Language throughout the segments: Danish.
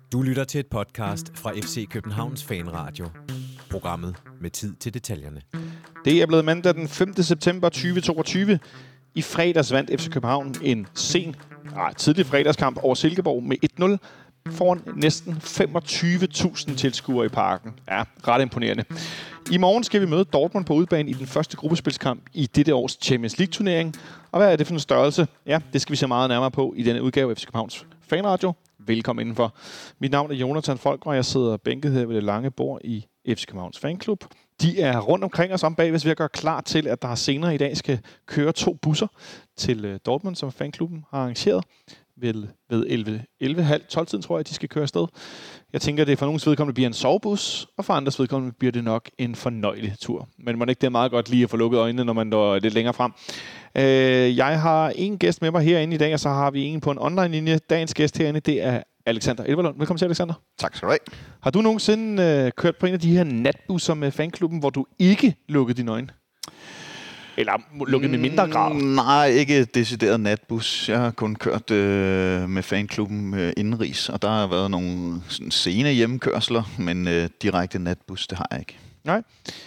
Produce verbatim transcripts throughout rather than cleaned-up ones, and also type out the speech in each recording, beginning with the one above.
Du lytter til et podcast fra F C Københavns Fanradio. Programmet med tid til detaljerne. Det er blevet mandag den femte september tyve toogtyve. I fredags vandt F C København en sen, ah, tidlig fredagskamp over Silkeborg med et nul foran næsten femogtyve tusind tilskuere i parken. Ja, ret imponerende. I morgen skal vi møde Dortmund på udebane i den første gruppespilskamp i dette års Champions League-turnering. Og hvad er det for en størrelse? Ja, det skal vi se meget nærmere på i denne udgave af F C Københavns Fanradio. Velkommen indenfor. Mit navn er Jonathan Folk, og jeg sidder bænket her ved det lange bord i F C Københavns Fanklub. De er rundt omkring os om bagved, ved at gøre klar til, at der senere i dag skal køre to busser til Dortmund, som fanklubben har arrangeret. Ved, ved elleve, elleve halv tolv tiden tror jeg, at de skal køre afsted. Jeg tænker, at det for nogens vedkommende bliver en sovebus, og for andres vedkommende bliver det nok en fornøjelig tur. Men man ikke det er meget godt lige at få lukket øjnene, når man når lidt længere frem. Øh, jeg har en gæst med mig herinde i dag, og så har vi en på en online-linje. Dagens gæst herinde, det er Alexander Elverlund. Velkommen til, Alexander. Tak skal du have. Har du nogensinde øh, kørt på en af de her natbusser med fanklubben, hvor du ikke lukkede dine øjne? Eller lukket med mindre grad? Mm, nej, ikke decideret natbus. Jeg har kun kørt øh, med fanklubben øh, indenrigs, og der har været nogle sådan, sene hjemmekørsler, men øh, direkte natbus, det har jeg ikke. Nej.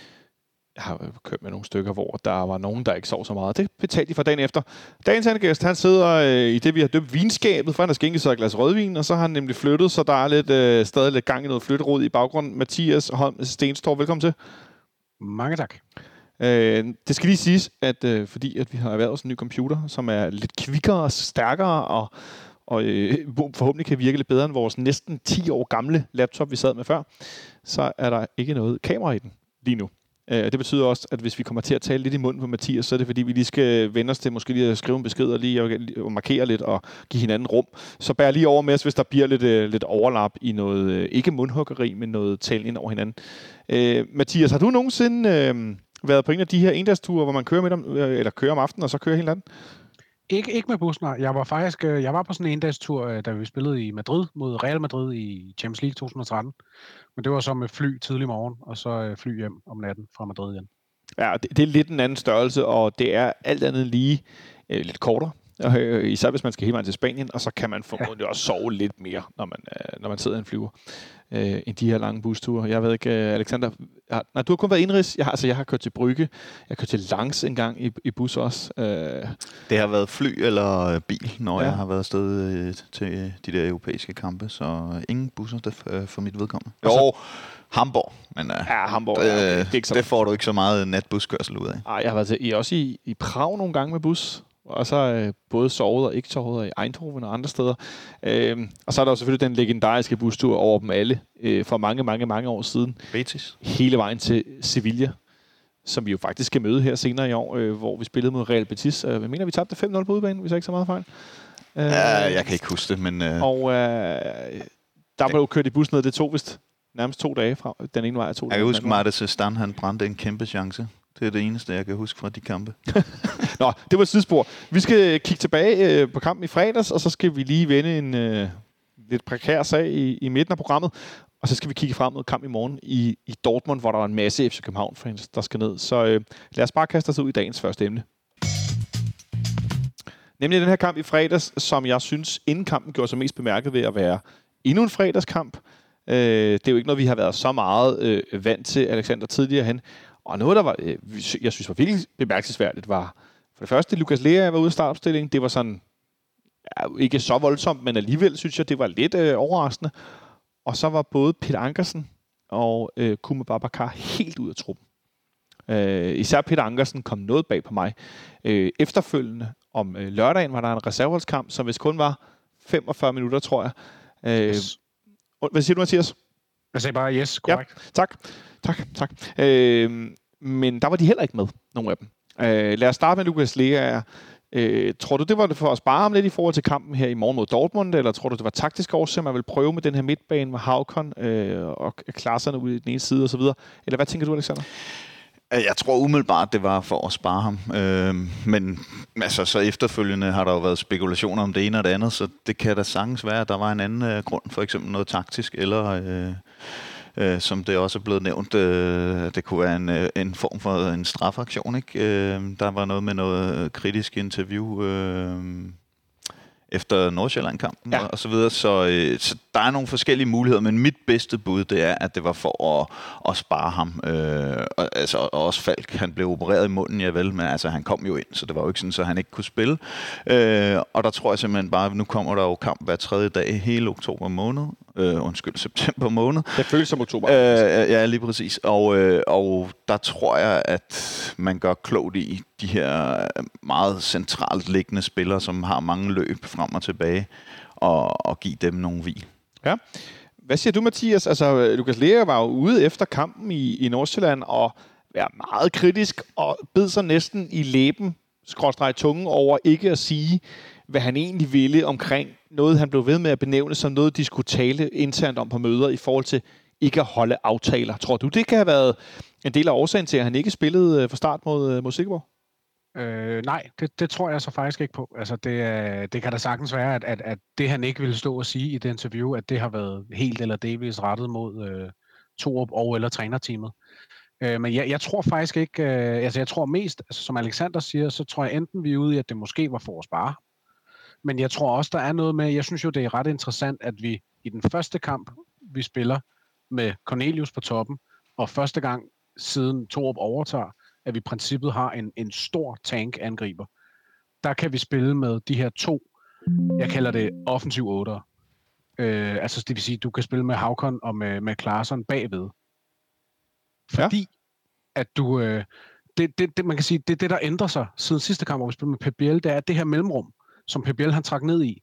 Jeg har kørt med nogle stykker, hvor der var nogen, der ikke sov så meget. Det betalte de for dagen efter. Dagens anden gæst, han sidder øh, i det, vi har døbt vinskabet, for han har skænket sig et glas rødvin, og så har han nemlig flyttet, så der er lidt, øh, stadig lidt gang i noget flytterod i baggrunden. Mathias Holm Stenstorp, velkommen til. Mange tak. Øh, det skal lige siges, at øh, fordi at vi har erhvervet en ny computer, som er lidt kvikkere og stærkere, og, og øh, forhåbentlig kan virke lidt bedre end vores næsten ti år gamle laptop, vi sad med før, så er der ikke noget kamera i den lige nu. Øh, det betyder også, at hvis vi kommer til at tale lidt i munden på Mathias, så er det fordi, vi lige skal vende os til måske lige at skrive en besked og lige at markere lidt og give hinanden rum. Så bær lige over med os, hvis der bliver lidt, øh, lidt overlap i noget, øh, ikke mundhuggeri, men noget tale ind over hinanden. Øh, Mathias, har du nogensinde øh, været på en af de her endagsture, hvor man kører, med dem, øh, eller kører om aftenen, og så kører hele landet? Ikke, ikke med bussen, nej. Jeg var faktisk jeg var på sådan en endagstur, da vi spillede i Madrid mod Real Madrid i Champions League to tusind og tretten. Men det var så med fly tidlig morgen, og så fly hjem om natten fra Madrid igen. Ja, det, det er lidt en anden størrelse, og det er alt andet lige øh, lidt kortere. Og, øh, især hvis man skal hele vejen til Spanien, og så kan man formodentlig ja. også sove lidt mere, når man, øh, når man sidder i en flyver, øh, end de her lange busture. Jeg ved ikke, øh, Alexander, har, nej, du har kun været indrigs. Jeg har, altså, jeg har kørt til Brygge, jeg har kørt til Langs en gang i, i bus også. Øh. Det har været fly eller bil, når ja. jeg har været afsted øh, til de der europæiske kampe, så ingen busser der for, for mit vedkommende. Jo, så, Hamburg, men øh, ja, Hamburg, øh, ja, det, det, det får du ikke så meget natbuskørsel ud af. Nej, jeg har været til, i, også i, i Prag nogle gange med bus. Og så øh, både sovet og ikke sovet i Eindhoven og andre steder. Øhm, og så er der jo selvfølgelig den legendariske bustur over dem alle øh, for mange, mange, mange år siden. Betis. Hele vejen til Sevilla, som vi jo faktisk skal møde her senere i år, øh, hvor vi spillede mod Real Betis. Jeg mener, vi tabte fem nul på udebane, hvis jeg ikke så meget fejl. Øh, ja, jeg kan ikke huske det, men... Øh, og øh, der blev jo kørt i bussen ned, det tog vist nærmest to dage fra. Den ene vej er to jeg dage. Jeg kan huske, Martes Stan, han brændte en kæmpe chance. Det er det eneste, jeg kan huske fra de kampe. Nå, det var et sidespor. Vi skal kigge tilbage øh, på kampen i fredags, og så skal vi lige vende en øh, lidt prekær sag i, i midten af programmet. Og så skal vi kigge frem mod kamp i morgen i, i Dortmund, hvor der er en masse F C København-fans, der skal ned. Så øh, lad os bare kaste os ud i dagens første emne. Nemlig den her kamp i fredags, som jeg synes, inden kampen gjorde sig mest bemærket ved at være endnu en fredagskamp. Øh, det er jo ikke noget, vi har været så meget øh, vant til, Alexander, tidligere hen. Og noget, der var, øh, jeg synes var virkelig bemærkelsesværdigt, var for det første, Lucas Lea var ude af startopstillingen. Det var sådan, ja, ikke så voldsomt, men alligevel synes jeg, det var lidt øh, overraskende. Og så var både Peter Ankersen og øh, Kuma Babacar helt ud af truppen. Øh, især Peter Ankersen kom noget bag på mig. Øh, efterfølgende om øh, lørdagen var der en reserveholdskamp, som hvis kun var femogfyrre minutter, tror jeg. Øh, yes. Hvad siger du, Mathias? Jeg sagde bare yes, korrekt. Ja, tak. Tak, tak. Øh, men der var de heller ikke med, nogle af dem. Øh, lad os starte med Lucas Lea. Øh, tror du, det var det for at spare ham lidt i forhold til kampen her i morgen mod Dortmund, eller tror du, det var taktisk årsag, man vil prøve med den her midtbane med Haukon øh, og klasserne ud i den ene side osv.? Eller hvad tænker du, Alexander? Jeg tror umiddelbart, det var for at spare ham. Øh, men altså, så efterfølgende har der jo været spekulationer om det ene og det andet, så det kan da sagtens være, at der var en anden øh, grund, for eksempel noget taktisk, eller øh, øh, som det også er blevet nævnt, øh, det kunne være en, øh, en form for en strafaktion, ikke? Øh, der var noget med noget kritisk interview øh, efter Nordsjælland-kampen ja. og så videre. Så, øh, så der er nogle forskellige muligheder, men mit bedste bud, det er, at det var for at, at spare ham. Øh, og, altså, og også Falk, han blev opereret i munden, ja vel, men altså, han kom jo ind, så det var jo ikke sådan, så han ikke kunne spille. Øh, og der tror jeg simpelthen bare, nu kommer der jo kamp hver tredje dag hele oktober måned. Øh, undskyld, september måned. Det føles som oktober. Øh, ja, lige præcis. Og, øh, og der tror jeg, at man gør klogt i de her meget centralt liggende spillere, som har mange løb frem og tilbage, og, og give dem nogle hvil. Ja. Hvad siger du, Mathias? Altså, Lukas Lea var jo ude efter kampen i, i Nordsjælland og var meget kritisk og bed sig næsten i læben, skråstreg tungen over ikke at sige, hvad han egentlig ville omkring noget, han blev ved med at benævne som noget, de skulle tale internt om på møder i forhold til ikke at holde aftaler. Tror du, det kan have været en del af årsagen til, at han ikke spillede fra start mod, mod Silkeborg? Øh, nej, det, det tror jeg så faktisk ikke på. Altså, det, det kan da sagtens være, at, at, at det, han ikke ville stå og sige i det interview, at det har været helt eller delvis rettet mod øh, Torup og eller trænerteamet. Øh, men jeg, jeg tror faktisk ikke, øh, altså jeg tror mest, altså, som Alexander siger, så tror jeg enten vi er ude i, at det måske var for at spare. Men jeg tror også, der er noget med, jeg synes jo, det er ret interessant, at vi i den første kamp, vi spiller med Cornelius på toppen, og første gang siden Torup overtager, at vi i princippet har en, en stor tank-angriber. Der kan vi spille med de her to, jeg kalder det offensiv otter. Øh, altså det vil sige, du kan spille med Haukon og med, med Klaarsson bagved. Fordi ja. at du, øh, det, det, det, man kan sige, det det, der ændrer sig siden sidste kamp, hvor vi spillede med Pep Biel, det er, at det her mellemrum, som Pep Biel han trak ned i,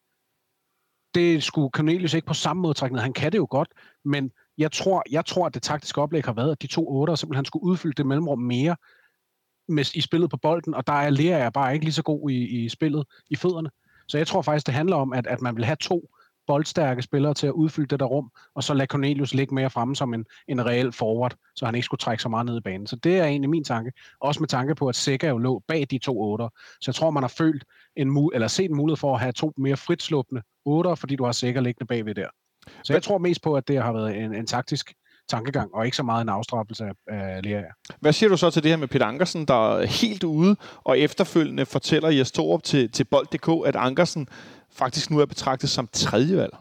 det skulle Cornelius ikke på samme måde trække ned. Han kan det jo godt, men jeg tror, jeg tror at det taktiske oplæg har været, at de to otter simpelthen skulle udfylde det mellemrum mere med, i spillet på bolden, og der er Lea er bare ikke lige så god i, i spillet i fødderne. Så jeg tror faktisk, det handler om, at, at man vil have to boldstærke spillere til at udfylde det der rum, og så lade Cornelius ligge mere fremme som en, en reel forward, så han ikke skulle trække så meget ned i banen. Så det er egentlig min tanke. Også med tanke på, at Sækker jo lå bag de to otter. Så jeg tror, man har følt en mu- eller set en mulighed for at have to mere fritsluppende otter, fordi du har Sækker liggende bagved der. Så jeg tror mest på, at det har været en, en taktisk tankegang, og ikke så meget en afstraffelse af, af Lea. Hvad siger du så til det her med Peter Ankersen, der er helt ude, og efterfølgende fortæller Jes Torup til, til bold punktum d k, at Ankersen faktisk nu er betragtet som tredje valg?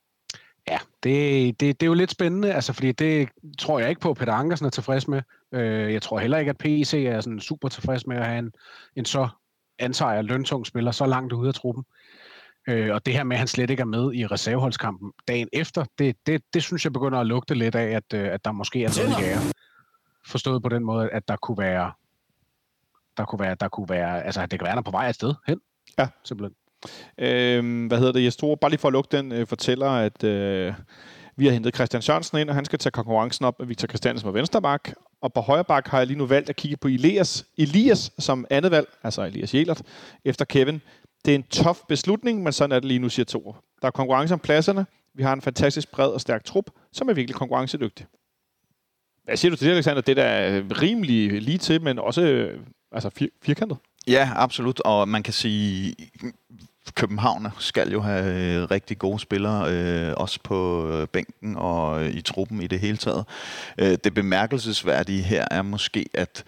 Ja, det, det, det er jo lidt spændende, altså, fordi det tror jeg ikke på, at Peter Ankersen er tilfreds med. Øh, jeg tror heller ikke, at P E C er sådan super tilfreds med at have en, en så antager jeg løntung spiller så langt ude af truppen. Øh, og det her med, at han slet ikke er med i reserveholdskampen dagen efter, det, det, det synes jeg begynder at lugte lidt af, at, at der måske er noget i gære. Forstået på den måde, at der kunne være, der kunne være, der kunne være, altså det kan være, der på vej et sted hen. Ja. Simpelthen. Øhm, hvad hedder det? Jeg tror bare lige for at lukke den, øh, fortæller, at øh, vi har hentet Christian Sørensen ind, og han skal tage konkurrencen op med Victor Christiansen på venstre bak. Og på højre bak har jeg lige nu valgt at kigge på Elias, Elias som andet valg, altså Elias Jelert, efter Kevin. Det er en tough beslutning, men sådan er det lige nu, siger Torup. Der er konkurrence om pladserne. Vi har en fantastisk bred og stærk trup, som er virkelig konkurrencedygtig. Hvad siger du til det, Alexander? Det er da rimelig lige til, men også øh, altså fir- firkantet. Ja, absolut. Og man kan sige, København skal jo have rigtig gode spillere, øh, også på bænken og i truppen i det hele taget. Øh, det bemærkelsesværdige her er måske, at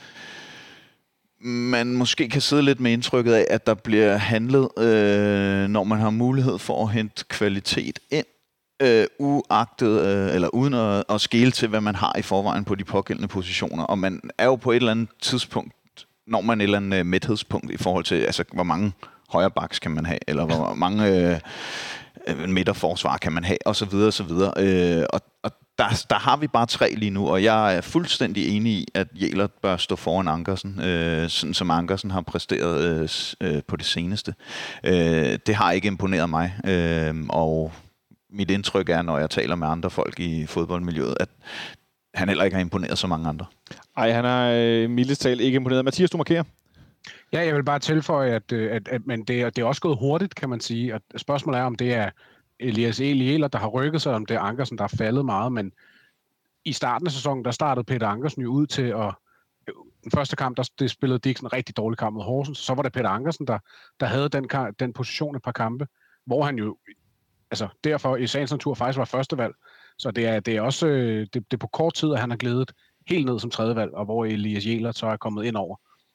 man måske kan sidde lidt med indtrykket af, at der bliver handlet, øh, når man har mulighed for at hente kvalitet ind, øh, uagtet, øh, eller uden at, at skele til, hvad man har i forvejen på de pågældende positioner. Og man er jo på et eller andet tidspunkt, når man et eller andet mæthedspunkt i forhold til, altså hvor mange højre backs kan man have, eller hvor mange øh, midterforsvar kan man have, og så videre, og så videre. Øh, og, og der, der har vi bare tre lige nu, og jeg er fuldstændig enig i, at Jelert bør stå foran Ankersen, øh, sådan som Ankersen har præsteret øh, på det seneste. Øh, det har ikke imponeret mig, øh, og mit indtryk er, når jeg taler med andre folk i fodboldmiljøet, at han heller ikke har imponeret så mange andre. Ej, han er øh, mildest talt ikke imponeret. Mathias, du markerer. Ja, jeg vil bare tilføje, at, at, at men det, er, det er også gået hurtigt, kan man sige. Og spørgsmålet er, om det er Elias Eliela, der har rykket sig, om det er Ankersen, der har faldet meget. Men i starten af sæsonen, der startede Peter Ankersen jo ud til at... Den første kamp, der det spillede Dixon en rigtig dårlig kamp mod Horsens. Så var det Peter Ankersen, der, der havde den, den position et par kampe, hvor han jo altså derfor i sagens natur faktisk var første valg. Så det er, det er også det, det er på kort tid, at han har glædet helt ned som tredje valg, og hvor Elias Jelert så er kommet ind over.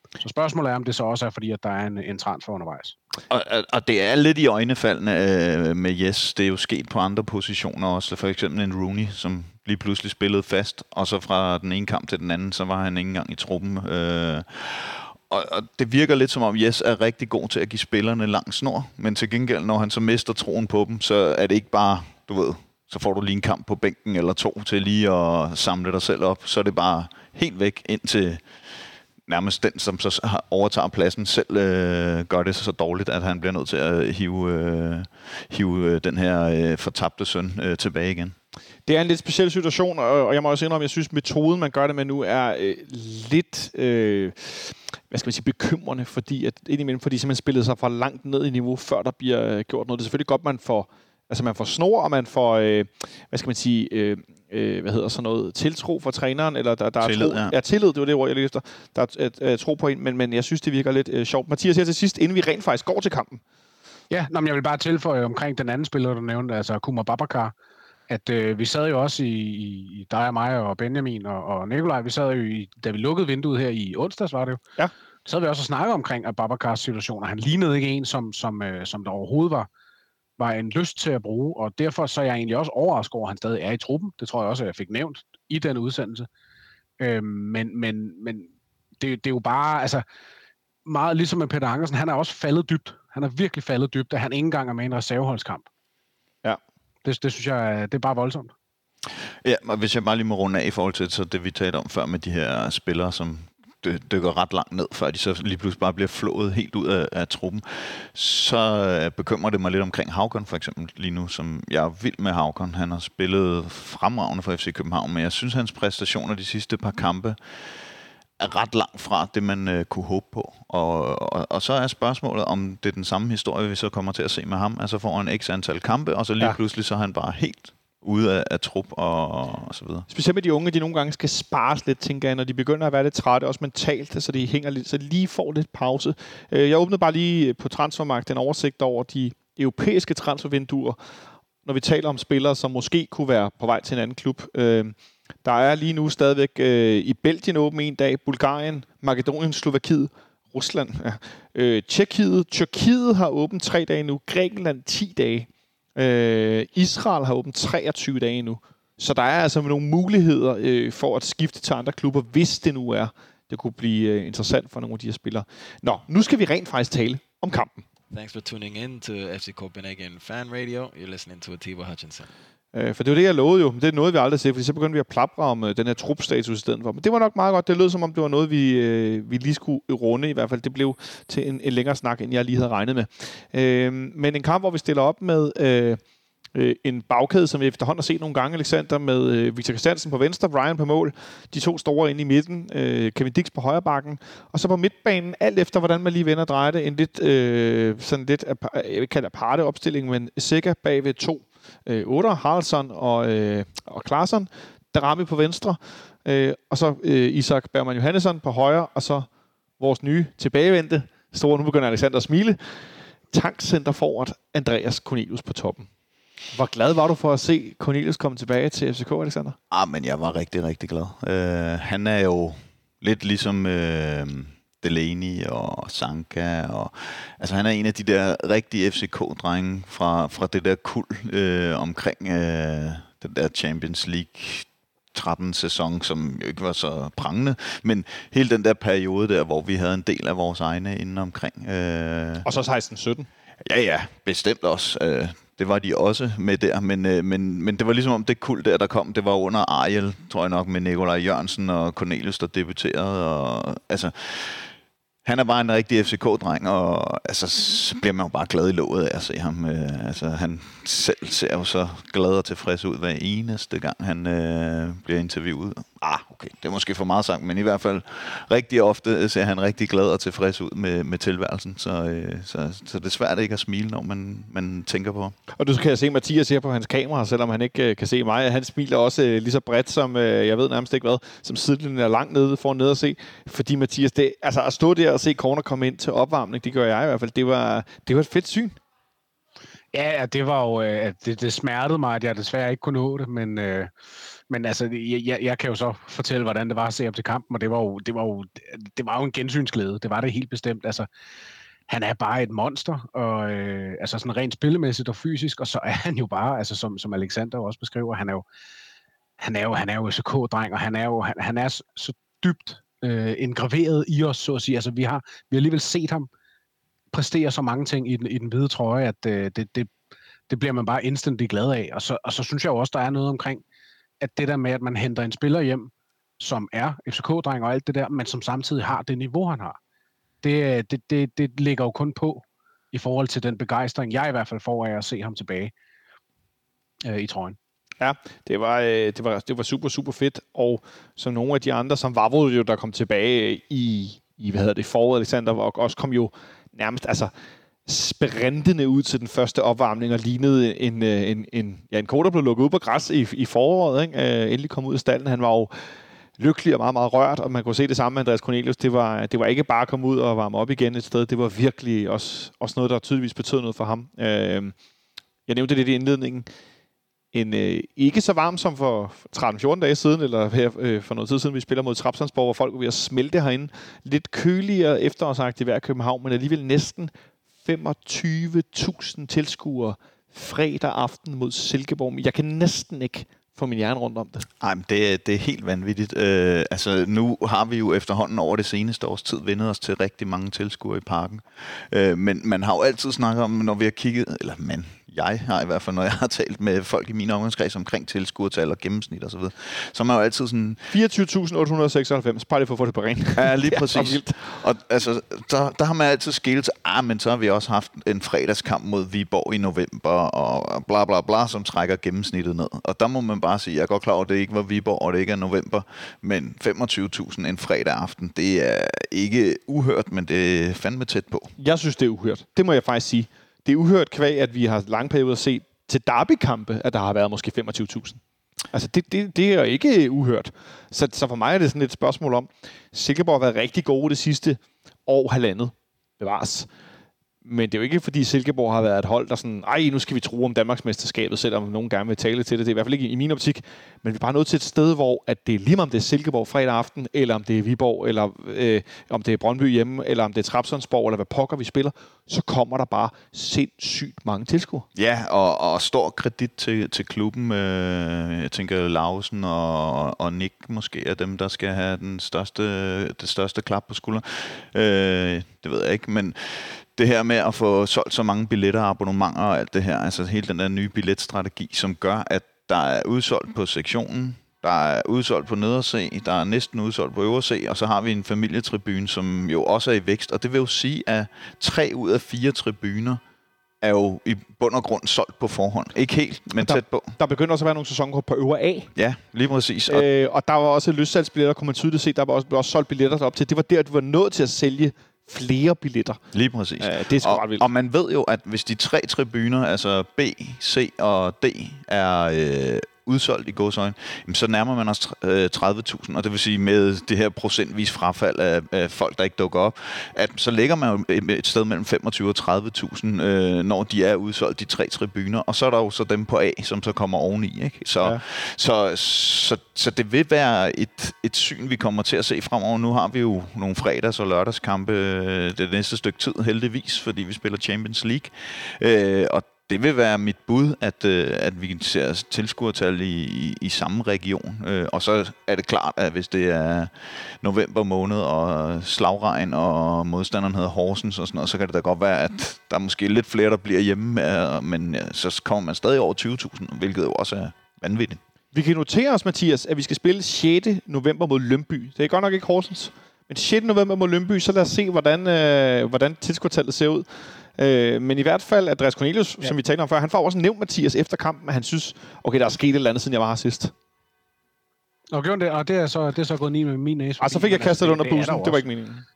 Så spørgsmålet er, om det så også er, fordi at der er en, en transfer undervejs. Og, og det er lidt i øjnefaldene øh, med Yes. Det er jo sket på andre positioner også. For eksempel en Rooney, som lige pludselig spillede fast, og så fra den ene kamp til den anden, så var han ikke engang i truppen. Øh, og, og det virker lidt som om Yes er rigtig god til at give spillerne lang snor, men til gengæld, når han så mister troen på dem, så er det ikke bare, du ved, så får du lige en kamp på bænken eller to til lige at samle dig selv op. Så er det bare helt væk ind til nærmest den, som så overtager pladsen, selv øh, gør det så dårligt, at han bliver nødt til at hive, øh, hive øh, den her øh, fortabte søn øh, tilbage igen. Det er en lidt speciel situation, og jeg må også indrømme, at jeg synes, at metoden, man gør det med nu, er øh, lidt øh, hvad skal man sige, bekymrende, fordi at indimellem, fordi simpelthen spillede sig for langt ned i niveau, før der bliver gjort noget. Det er selvfølgelig godt, man får, altså man får snor, og man får, øh, hvad skal man sige, øh, øh, hvad hedder sådan noget, tiltro for træneren, eller der, der er tillid, tro, ja. ja, tillid, det var det ord, jeg lige efter. Der er et, et, tro på en, men, men jeg synes, det virker lidt øh, sjovt. Mathias, her til sidst, inden vi rent faktisk går til kampen. Ja, nå, men jeg vil bare tilføje omkring den anden spiller, du nævnte, altså Kumar Babakar, at øh, vi sad jo også i, i dig og mig og Benjamin og, og Nikolaj, vi sad jo i, da vi lukkede vinduet her i onsdags, var det jo. Ja. Så havde vi også snakket omkring at Babakars situation, og han lignede ikke en, som, som, øh, som der overhovedet var, var en lyst til at bruge, og derfor så er jeg egentlig også overrasket over, at han stadig er i truppen. Det tror jeg også, at jeg fik nævnt i den udsendelse. Øh, men men, men det, det er jo bare, altså, meget ligesom med Peter Ankersen, han er også faldet dybt. Han er virkelig faldet dybt, at han ikke engang er med i en reserveholdskamp. Ja. Det, det synes jeg, det er bare voldsomt. Ja, og hvis jeg bare lige må runde af i forhold til så det, vi talte om før med de her spillere, som dykker ret langt ned, før de så lige pludselig bare bliver flået helt ud af, af truppen, så bekymrer det mig lidt omkring Haugen for eksempel lige nu, som jeg er vild med Haugen. Han har spillet fremragende for F C København, men jeg synes, hans præstationer de sidste par kampe er ret langt fra det, man øh, kunne håbe på. Og, og, og så er spørgsmålet, om det er den samme historie, vi så kommer til at se med ham. Altså får han x antal kampe, og så lige ja. pludselig så er han bare helt ude af, af trup og, og så videre. Specielt med de unge, de nogle gange skal spares lidt, tænker jeg, når de begynder at være lidt trætte, også mentalt, så de hænger lidt, så de lige får lidt pause. Jeg åbnede bare lige på Transfermarkt en oversigt over de europæiske transfervinduer, når vi taler om spillere, som måske kunne være på vej til en anden klub. Der er lige nu stadigvæk øh, i Belgien åben en dag, Bulgarien, Makedonien, Slovakiet, Rusland, ja. øh, Tjekkiet, Tyrkiet har åbent tre dage nu, Grækenland ti dage, øh, Israel har åbent treogtyve dage nu. Så der er altså nogle muligheder øh, for at skifte til andre klubber, hvis det nu er. Det kunne blive øh, interessant for nogle af de her spillere. Nå, nu skal vi rent faktisk tale om kampen. Thanks for tuning in to F C Copenhagen Fan Radio. You're listening to Atiba Hutchinson. For det var det, jeg lovede jo, men det er noget, vi aldrig ser, fordi så begyndte vi at plapre om uh, den her trupstatus i stedet for. Men det var nok meget godt. Det lød som om, det var noget, vi, uh, vi lige skulle runde i hvert fald. Det blev til en, en længere snak, end jeg lige havde regnet med. Uh, men en kamp, hvor vi stiller op med uh, uh, en bagkæde, som vi efterhånden har set nogle gange, Alexander, med uh, Victor Christiansen på venstre, Ryan på mål, de to store inde i midten, uh, Kevin Dix på højre bakken, og så på midtbanen, alt efter hvordan man lige vender og drejer det, en lidt, uh, sådan lidt, jeg vil kalde aparte opstilling, men sikkert bagved to Øh, otter, Haraldsson og, øh, og Klaarsson, Darami på venstre, øh, og så øh, Isak Bergman Johannesson på højre, og så vores nye tilbagevendte, store, nu begynder Alexander at smile, tankcenter forward Andreas Cornelius på toppen. Hvor glad var du for at se Cornelius komme tilbage til F C K, Alexander? Ah, men jeg var rigtig, rigtig glad. Uh, han er jo lidt ligesom Uh Delaney og Sanka, og altså han er en af de der rigtige F C K-drenge fra, fra det der kuld øh, omkring øh, den der Champions League tretten sæson, som jo ikke var så prangende, men hele den der periode der, hvor vi havde en del af vores egne inden omkring. Øh, og så seksten sytten. Ja, ja, bestemt også. Øh, det var de også med der, men, øh, men, men det var ligesom om det kuld der, der kom, det var under Ariel, tror jeg nok, med Nikolaj Jørgensen og Cornelius, der debuterede, og altså han er bare en rigtig F C K-dreng, og altså, så bliver man jo bare glad i låget af at se ham. Øh, altså, han selv ser jo så glad og tilfreds ud hver eneste gang, han øh, bliver interviewet. Ah, okay, det er måske for meget sagt, men i hvert fald rigtig ofte ser han rigtig glad og tilfreds ud med, med tilværelsen. Så, øh, så, så det er svært ikke at smile, når man, man tænker på. Og du kan se, Mathias ser på hans kamera, selvom han ikke øh, kan se mig. Han smiler også øh, lige så bredt som, øh, jeg ved nærmest ikke hvad, som sidelinjen er langt nede for ned at se. Fordi Mathias, det, altså at stå der og se Corner komme ind til opvarmning, det gør jeg i hvert fald. Det var, det var et fedt syn. Ja, det var jo, øh, det, det smertede mig, at jeg desværre ikke kunne nå det, men øh, Men altså, jeg, jeg kan jo så fortælle, hvordan det var at se op til kampen, og det var jo, det var jo, det var jo en gensynsglæde. Det var det helt bestemt. Altså, han er bare et monster, og øh, altså sådan rent spillemæssigt og fysisk, og så er han jo bare, altså som, som Alexander også beskriver, han er jo, han er jo, han er jo S K dreng, og han er jo, han, han er så, så dybt øh, engraveret i os, så at sige. Altså, vi har, vi har alligevel set ham præstere så mange ting i den, i den hvide trøje, at øh, det, det, det bliver man bare instantly glad af. Og så, og så synes jeg jo også, der er noget omkring, at det der med, at man henter en spiller hjem, som er F C K-dreng og alt det der, men som samtidig har det niveau, han har. Det, det, det, det ligger jo kun på i forhold til den begejstring, jeg i hvert fald får af at se ham tilbage øh, i trøjen. Ja, det var, det, var, det var super, super fedt. Og som nogle af de andre, som var jo, der kom tilbage i, i hvad hedder det, foråret, Alexander, og også kom jo nærmest altså sprintende ud til den første opvarmning og lignede en, en, en, ja, en ko, der blev lukket ud på græs i, i foråret. Ikke? Uh, endelig kom ud af stallen. Han var jo lykkelig og meget, meget rørt, og man kunne se det samme med Andreas Cornelius. Det var, det var ikke bare at komme ud og varme op igen et sted. Det var virkelig også, også noget, der tydeligvis betød noget for ham. Uh, jeg nævnte det i indledningen. En øh, ikke så varm som for tretten fjorten dage siden, eller her øh, for noget tid siden, vi spiller mod Trabzonspor, hvor folk var ved at smelte herinde. Lidt køligere efterårsagtigt vejr i København, men alligevel næsten femogtyve tusind tilskuere fredag aften mod Silkeborg. Jeg kan næsten ikke få min hjerne rundt om det. Nej, men det, det er helt vanvittigt. Øh, altså, nu har vi jo efterhånden over det seneste års tid vendet os til rigtig mange tilskuere i parken. Øh, men man har jo altid snakket om, når vi har kigget, eller man, jeg har i hvert fald, når jeg har talt med folk i min omgangskreds omkring tilskuertal og gennemsnit og så videre, så er man jo altid sådan... fireogtyve tusind otte hundrede og seksoghalvfems, bare lige for at få det på rent. Ja, lige præcis. Og altså, der, der har man altid skælet til, ah, men så har vi også haft en fredagskamp mod Viborg i november, og bla bla bla, som trækker gennemsnittet ned. Og der må man bare sige, jeg er godt klar over, at det ikke var Viborg, og det ikke er november, men femogtyve tusind en fredag aften, det er ikke uhørt, men det er fandme tæt på. Jeg synes, det er uhørt. Det må jeg faktisk sige. Det er uhørt kvæg, at vi har lange perioder set til derbykampe, at der har været måske femogtyve tusind. Altså, det, det, det er ikke uhørt. Så, så for mig er det sådan et spørgsmål om, Silkeborg har været rigtig gode det sidste år, halvandet. Bevares. Men det er jo ikke, fordi Silkeborg har været et hold, der sådan, ej, nu skal vi tro om Danmarksmesterskabet, selvom nogen gerne vil tale til det. Det er i hvert fald ikke i min optik. Men vi er bare nået til et sted, hvor at det er lige om det er Silkeborg fredag aften, eller om det er Viborg, eller øh, om det er Brøndby hjemme, eller om det er Trabzonspor, eller hvad pokker vi spiller, så kommer der bare sindssygt mange tilskuere. Ja, og, og stor kredit til, til klubben. Øh, jeg tænker, Lausen og, og Nick måske er dem, der skal have den største, det største klap på skulderen. Øh, det ved jeg ikke, men det her med at få solgt så mange billetter og abonnementer og alt det her, altså hele den der nye billetstrategi, som gør, at der er udsolgt på sektionen, der er udsolgt på nederse, der er næsten udsolgt på øverse, og så har vi en familietribune, som jo også er i vækst, og det vil jo sige, at tre ud af fire tribuner er jo i bund og grund solgt på forhånd. Ikke helt, men der, tæt på. Der begynder også at være nogle sæsonkort på øvre A. Ja, lige præcis. Og, øh, og der var også løssalgsbilletter, kunne man tydeligt se, der var også, også solgt billetter op til. Det var der, du var nået til at sælge flere billetter. Lige præcis. Øh, det er sgu og, ret vildt. og man ved jo, at hvis de tre tribuner, altså B, C og D, er øh, udsolgt i gåseøjne, så nærmer man os tredive tusind, og det vil sige med det her procentvis frafald af, af folk, der ikke dukker op, at så ligger man jo et sted mellem femogtyve og tredive tusind, øh, når de er udsolgt, de tre tribuner, og så er der jo så dem på A, som så kommer oveni. Ikke? Så, ja. så, så, så det vil være et, et syn, vi kommer til at se fremover. Nu har vi jo nogle fredags- og lørdagskampe øh, det næste stykke tid, heldigvis, fordi vi spiller Champions League, øh, og det vil være mit bud, at, øh, at vi ser tilskuertal i, i, i samme region. Øh, og så er det klart, at hvis det er november måned og slagregn, og modstanderen hedder Horsens og sådan noget, så kan det da godt være, at der er måske lidt flere, der bliver hjemme, øh, men ja, så kommer man stadig over tyve tusind, hvilket jo også er vanvittigt. Vi kan notere os, Mathias, at vi skal spille sjette november mod Lyngby. Det er godt nok ikke Horsens, men sjette november mod Lyngby, så lad os se, hvordan, øh, hvordan tilskuertallet ser ud. Øh, men i hvert fald, Andreas Cornelius, ja. som vi talte om før, han får også nævnt Mathias efter kampen, at han synes, okay, der er sket et eller andet, siden jeg var her sidst. Og, det, og det, er så, det er så gået ned med min næse. Og så fik jeg kastet det under bussen, det, det var ikke meningen.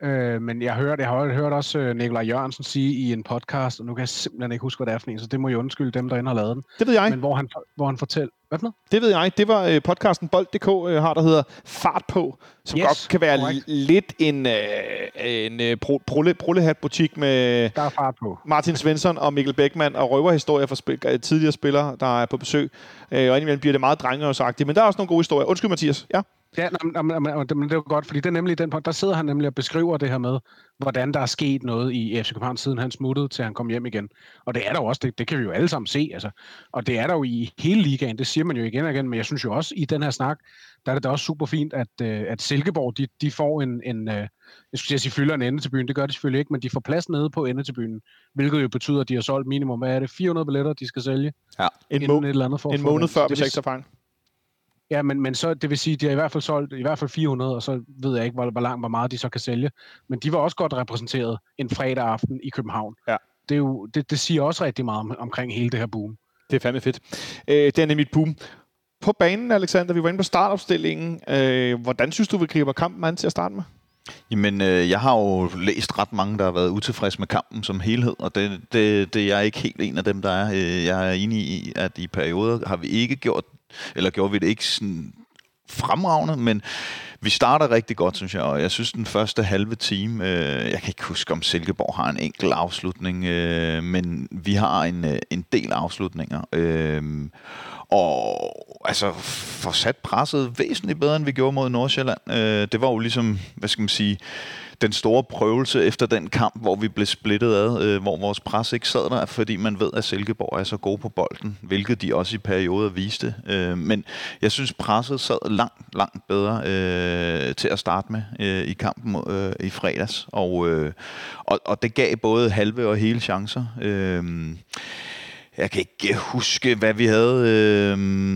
Øh, men jeg, hørte, jeg har hørt også øh, Nikolaj Jørgensen sige i en podcast, og nu kan jeg simpelthen ikke huske, hvad det er for en, så det må jeg undskylde dem, der inde har lavet den. Det ved jeg. Men hvor han, hvor han fortæller... Hvad for noget? Det ved jeg. Det var øh, podcasten Bold punktum d k øh, har, der hedder Fart på, som Yes, godt kan være correct. lidt en, øh, en øh, brulle, brullehat-butik med Der er fart på. Martin Svensson og Mikkel Bækman og røverhistorier fra spil- tidligere spillere, der er på besøg. Øh, og indimellem bliver det meget drengeårsagtigt, men der er også nogle gode historier. Undskyld, Mathias. Ja. Ja, men, men, men, men det er jo godt, fordi det er nemlig den, der sidder han nemlig og beskriver det her med, hvordan der er sket noget i F C København, siden han smuttede, til han kom hjem igen. Og det er der jo også, det, det kan vi jo alle sammen se, altså. Og det er der jo i hele ligaen, det siger man jo igen og igen, men jeg synes jo også, i den her snak, der er det da også super fint, at, at Silkeborg, de, de får en, en, jeg skulle sige, fylder en ende til byen, det gør de selvfølgelig ikke, men de får plads nede på ende til byen, hvilket jo betyder, at de har solgt minimum, hvad er det, fire hundrede billetter, de skal sælge? Ja. En, inden må- et eller andet for en måned før, hvis jeg ikke så fejl. Ja, men, men så, det vil sige, at de har i hvert fald solgt i hvert fald fire hundrede, og så ved jeg ikke, hvor, hvor langt, hvor meget de så kan sælge. Men de var også godt repræsenteret en fredag aften i København. Ja. Det, er jo, det, det siger også rigtig meget om, omkring hele det her boom. Det er fandme fedt. Øh, det er nemlig et boom. På banen, Alexander, vi var inde på startopstillingen. Øh, hvordan synes du, vi griber kampen an til at starte med? Jamen, øh, jeg har jo læst ret mange, der har været utilfredse med kampen som helhed, og det, det, det jeg er ikke helt en af dem, der er. Øh, jeg er enig i, at i perioder har vi ikke gjort, eller gjorde vi det ikke sådan fremragende, men vi starter rigtig godt, synes jeg, og jeg synes, den første halve time, øh, jeg kan ikke huske, om Silkeborg har en enkelt afslutning, øh, men vi har en, en del afslutninger, øh, og altså får sat presset væsentligt bedre, end vi gjorde mod Nordsjælland. Øh, det var jo ligesom, hvad skal man sige, den store prøvelse efter den kamp, hvor vi blev splittet ad, øh, hvor vores pres ikke sad der, fordi man ved, at Silkeborg er så god på bolden, hvilket de også i perioder viste. Øh, men jeg synes, presset sad langt, langt bedre øh, til at starte med øh, i kampen øh, i fredags, og, øh, og, og det gav både halve og hele chancer. Øh, jeg kan ikke huske, hvad vi havde. Øh,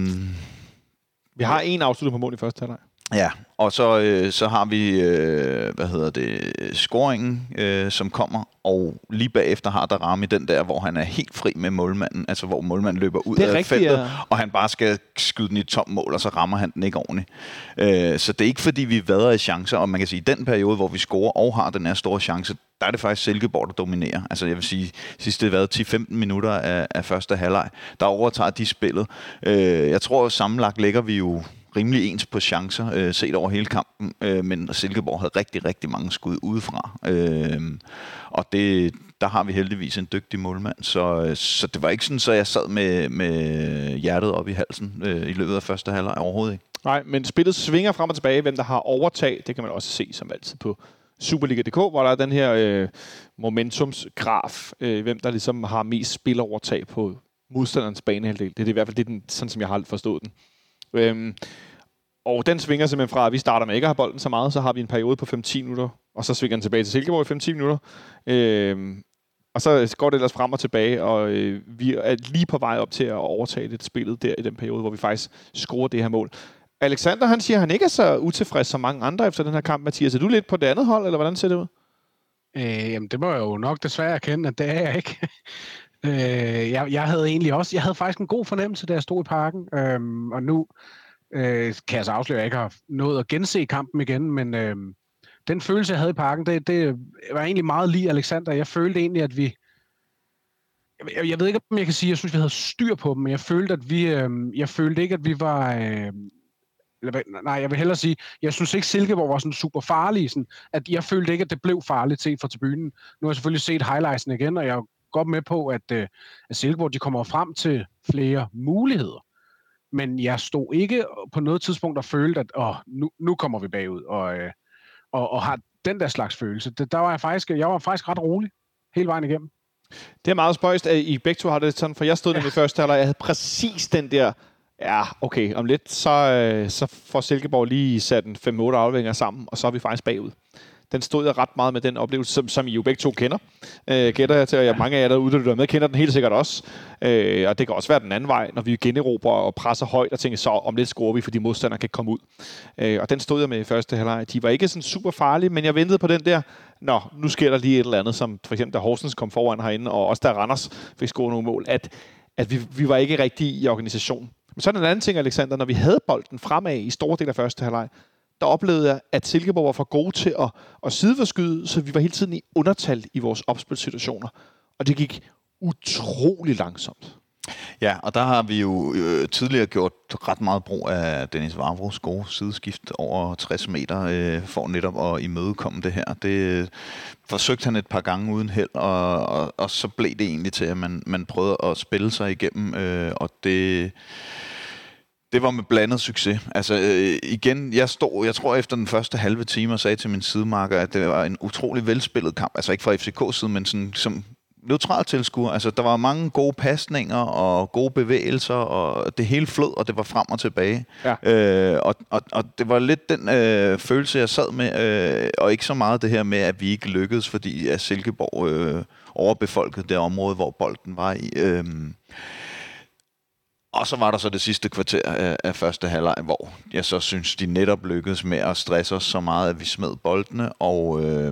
Vi har en afslutning på mål i første halvleg. Ja, og så, øh, så har vi, øh, hvad hedder det, scoringen, øh, som kommer, og lige bagefter har der Darami den der, hvor han er helt fri med målmanden, altså hvor målmanden løber ud af rigtigt, feltet, ja. og han bare skal skyde den i et tomt mål, og så rammer han den ikke ordentligt. Øh, så det er ikke fordi, vi vader i chancer, og man kan sige, i den periode, hvor vi scorer og har den her store chance, der er det faktisk Silkeborg, der dominerer. Altså jeg vil sige, sidste det har været ti til femten minutter af, af første halvleg, der overtager de spillet. Øh, jeg tror, sammenlagt lægger vi jo rimelig ens på chancer, øh, set over hele kampen, øh, men Silkeborg havde rigtig, rigtig mange skud udefra. Øh, og det, der har vi heldigvis en dygtig målmand, så, så det var ikke sådan, så jeg sad med, med hjertet op i halsen øh, i løbet af første halvleg overhovedet ikke. Nej, men spillet svinger frem og tilbage, hvem der har overtag, det kan man også se som altid på Superliga punktum d k, hvor der er den her øh, momentumsgraf, øh, hvem der ligesom har mest spilovertag på modstanderens banehalvdel. Det er det, i hvert fald det, den, sådan som jeg har forstået den. Øhm, og den svinger simpelthen fra, at vi starter med ikke at have bolden så meget, så har vi en periode på fem til ti minutter, og så svinger den tilbage til Silkeborg i fem til ti minutter. Øhm, og så går det ellers frem og tilbage, og øh, vi er lige på vej op til at overtage det spillet der i den periode, hvor vi faktisk scorer det her mål. Alexander, han siger, at han ikke er så utilfreds som mange andre efter den her kamp. Mathias, er du lidt på det andet hold, eller hvordan ser det ud? Øh, jamen, det må jeg jo nok desværre erkende, at det er jeg ikke. øh, jeg, jeg havde egentlig også, jeg havde faktisk en god fornemmelse, da jeg stod i parken, øhm, og nu øh, kan jeg så afsløre, at jeg ikke har nået at gense kampen igen, men øh, den følelse, jeg havde i parken, det, det var egentlig meget lige Alexander. Jeg følte egentlig, at vi, jeg, jeg ved ikke, om jeg kan sige, at jeg synes, vi havde styr på dem, men jeg følte, at vi, øh, jeg følte ikke, at vi var, øh, nej, jeg vil hellere sige, jeg synes ikke, Silkeborg var sådan super farlig, sådan, at jeg følte ikke, at det blev farligt set fra tribunen. Nu har jeg selvfølgelig set highlightsen igen, og jeg er godt med på, at, øh, at Silkeborg, de kommer frem til flere muligheder. Men jeg stod ikke på noget tidspunkt og følte, at åh, nu, nu kommer vi bagud, og, øh, og, og har den der slags følelse. Det, der var jeg faktisk, jeg var faktisk ret rolig hele vejen igennem. Det er meget spøjst, at I begge to har det sådan, for jeg stod ja. nemlig første halvleg, jeg havde præcis den der, ja, okay, om lidt, så, øh, så får Silkeborg lige sat en fem otte afleveringer sammen, og så er vi faktisk bagud. Den stod jeg ret meget med den oplevelse, som, som I jo begge to kender. Øh, gætter jeg til, og jeg, mange af jer derude, der lytter med, kender den helt sikkert også. Øh, og det kan også være den anden vej, når vi generober og presser højt og tænker, så om lidt scorer vi, fordi modstanderne kan komme ud. Øh, og den stod jeg med i første halvleg. De var ikke sådan super farlige, men jeg ventede på den der, nå, nu sker der lige et eller andet, som for eksempel da Horsens kom foran herinde, og også da Randers fik scoret nogle mål, at, at vi, vi var ikke rigtig i organisation. Men så er den anden ting, Alexander, når vi havde bolden fremad i store del af første halvleg, der oplevede jeg, at Silkeborg var for gode til at, at sideforskyde, så vi var hele tiden i undertal i vores opspilsituationer. Og det gik utrolig langsomt. Ja, og der har vi jo øh, tidligere gjort ret meget brug af Dennis Vavros gode sideskift over tres meter, øh, for netop at imødekomme det her. Det øh, forsøgte han et par gange uden held, og, og, og så blev det egentlig til, at man, man prøvede at spille sig igennem, øh, og det... Det var med blandet succes. Altså øh, igen, jeg stod, jeg tror efter den første halve time og sagde til min sidemarker, at det var en utrolig velspillet kamp. Altså ikke fra F C K's side, men sådan som neutral tilskuer. Altså der var mange gode pasninger og gode bevægelser, og det hele flød, og det var frem og tilbage. Ja. Øh, og, og, og det var lidt den øh, følelse, jeg sad med, øh, og ikke så meget det her med, at vi ikke lykkedes, fordi at Silkeborg øh, overbefolkede det område, hvor bolden var i. Øh, Og så var der så det sidste kvarter af, af første halvleg, hvor jeg så synes, de netop lykkedes med at stresse os så meget, at vi smed boldene, og øh,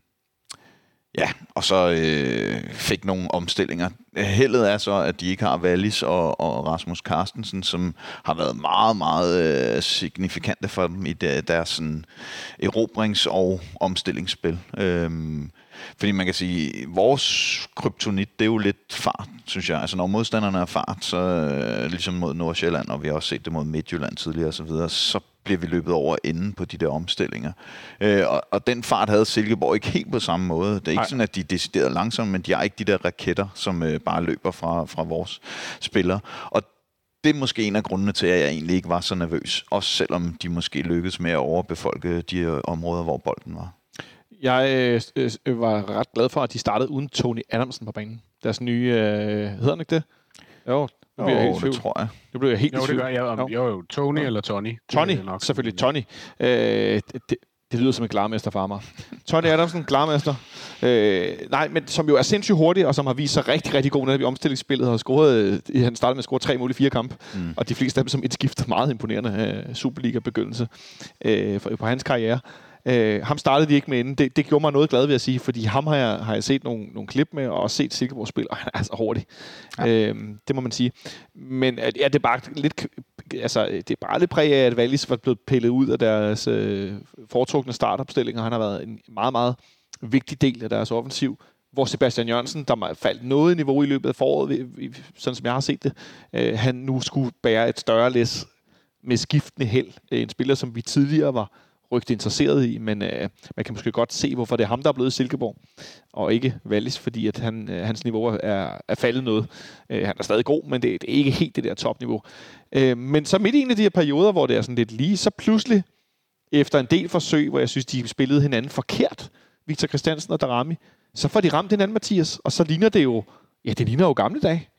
ja, og så øh, fik nogle omstillinger. Heldet er så, at de ikke har Wallis og, og Rasmus Carstensen, som har været meget, meget øh, signifikante for dem i der, deres sådan, erobrings- og omstillingsspil. Øh, Fordi man kan sige, at vores kryptonit, det er jo lidt fart, synes jeg. Altså når modstanderne er fart, så øh, ligesom mod Nordsjælland, og vi har også set det mod Midtjylland tidligere osv., så, så bliver vi løbet over enden på de der omstillinger. Øh, og, og den fart havde Silkeborg ikke helt på samme måde. Det er ikke Ej. sådan, at de er decideret langsomme, men de har ikke de der raketter, som øh, bare løber fra, fra vores spillere. Og det er måske en af grundene til, at jeg egentlig ikke var så nervøs, også selvom de måske lykkedes med at overbefolke de områder, hvor bolden var. Jeg øh, øh, var ret glad for, at de startede uden Tony Adamsen på banen. Deres nye... Øh, hedder han ikke det? Jo, nu bliver jeg helt det tror jeg. Nu bliver jeg helt jo, det gør jeg. Jo, jo, jo Tony eller Tony. Tony, nok, selvfølgelig. Tony. Øh, det, det lyder som en glarmester for mig. Tony Adamsen, glarmester. Øh, nej, men som jo er sindssygt hurtig, og som har vist sig rigtig, rigtig god netop i omstillingsspillet. Har scoret, han startede med at score tre mål i fire kampe. Mm. Og de fleste af dem som et skift. Meget imponerende øh, Superliga-begyndelse øh, for, på hans karriere. Uh, ham startede de ikke med inden. Det, det gjorde mig noget glad ved at sige, fordi ham har jeg, har jeg set nogle, nogle klip med, og også set Silkeborg spille, og han er altså hurtig. Ja. Uh, det må man sige. Men ja, det er bare lidt, altså, det er bare lidt præg af, at Wallis var blevet pillet ud af deres uh, foretrukne startopstillinger. Han har været en meget, meget vigtig del af deres offensiv. Hvor Sebastian Jørgensen, der faldt noget i niveau i løbet af foråret, sådan som jeg har set det, uh, han nu skulle bære et større læs med skiftende held. En spiller, som vi tidligere var rygte interesseret i, men øh, man kan måske godt se, hvorfor det er ham, der er blevet i Silkeborg, og ikke Wallis, fordi at han, øh, hans niveau er, er faldet noget. Øh, han er stadig god, men det, det er ikke helt det der topniveau. Øh, men så midt i en af de her perioder, hvor det er sådan lidt lige, så pludselig, efter en del forsøg, hvor jeg synes, de spillede hinanden forkert, Victor Christiansen og Darami, så får de ramt hinanden, Mathias, og så ligner det jo, ja, det ligner jo gamle dage.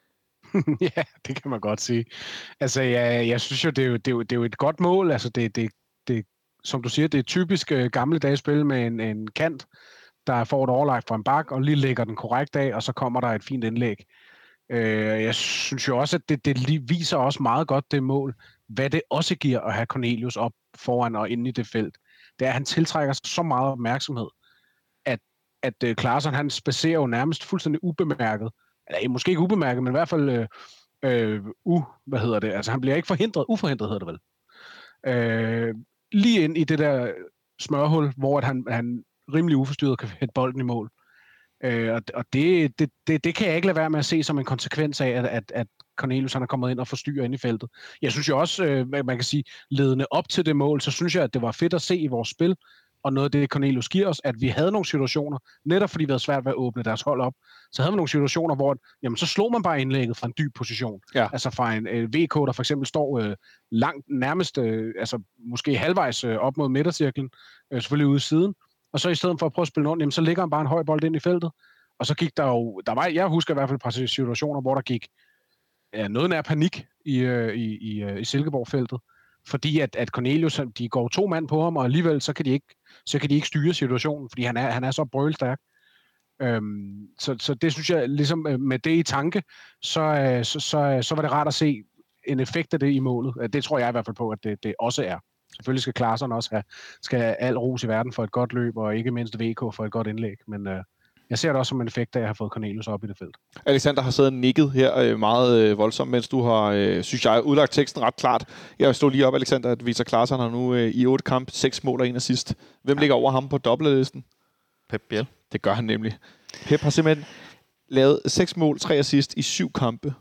Ja, det kan man godt sige. Altså, jeg, jeg synes jo, det er jo, det er jo, det er jo et godt mål. Altså, det, det, det som du siger, det er typisk uh, gamle dages spil med en, en kant, der får et overlag fra en bak, og lige lægger den korrekt af, og så kommer der et fint indlæg. Uh, jeg synes jo også, at det, det viser også meget godt det mål, hvad det også giver at have Cornelius op foran og inde i det felt. Det er, at han tiltrækker så meget opmærksomhed, at, at uh, Klaarsson, han spacerer jo nærmest fuldstændig ubemærket. Eller måske ikke ubemærket, men i hvert fald uh, uh, u, hvad hedder det? Altså han bliver ikke forhindret, uforhindret hedder det vel. Uh, lige ind i det der smørhul, hvor at han, han rimelig uforstyrret kan hætte bolden i mål. Øh, og og det, det, det, det kan jeg ikke lade være med at se som en konsekvens af, at, at, at Cornelius han er kommet ind og forstyrrer ind i feltet. Jeg synes jo også, øh, man kan sige, ledende op til det mål, så synes jeg, at det var fedt at se i vores spil, og noget af det, Cornelius giver os, at vi havde nogle situationer, netop fordi vi havde svært ved at åbne deres hold op, så havde vi nogle situationer, hvor jamen, så slog man bare indlægget fra en dyb position. Ja. Altså fra en øh, V K, der for eksempel står øh, langt, nærmest, øh, altså måske halvvejs øh, op mod midtercirklen, øh, selvfølgelig ude i siden, og så i stedet for at prøve at spille rundt, jamen, så ligger han bare en høj bold ind i feltet, og så gik der jo, der var, jeg husker i hvert fald et par situationer, hvor der gik ja, noget nær panik i, øh, i, i, øh, i Silkeborg-feltet, fordi at, at Cornelius, de går to mand på ham, og alligevel så kan de ikke, så kan de ikke styre situationen, fordi han er, han er så brølstærk. Øhm, så, så det synes jeg, ligesom med det i tanke, så, så, så, så var det rart at se en effekt af det i målet. Det tror jeg i hvert fald på, at det, det også er. Selvfølgelig skal Klaarsson også have skal al ros i verden for et godt løb, og ikke mindst V K for et godt indlæg, men, øh, jeg ser det også som en effekt, at jeg har fået Cornelius op i det felt. Alexander har siddet og nikket her øh, meget øh, voldsomt, mens du har, øh, synes jeg, udlagt teksten ret klart. Jeg stod lige op, Alexander, at Victor Claesson har nu øh, i otte kampe, seks mål og en assist. Hvem ja. ligger over ham på dobbeltlisten? Pep Biel. Det gør han nemlig. Pep har simpelthen lavet seks mål, tre assist i syv kampe.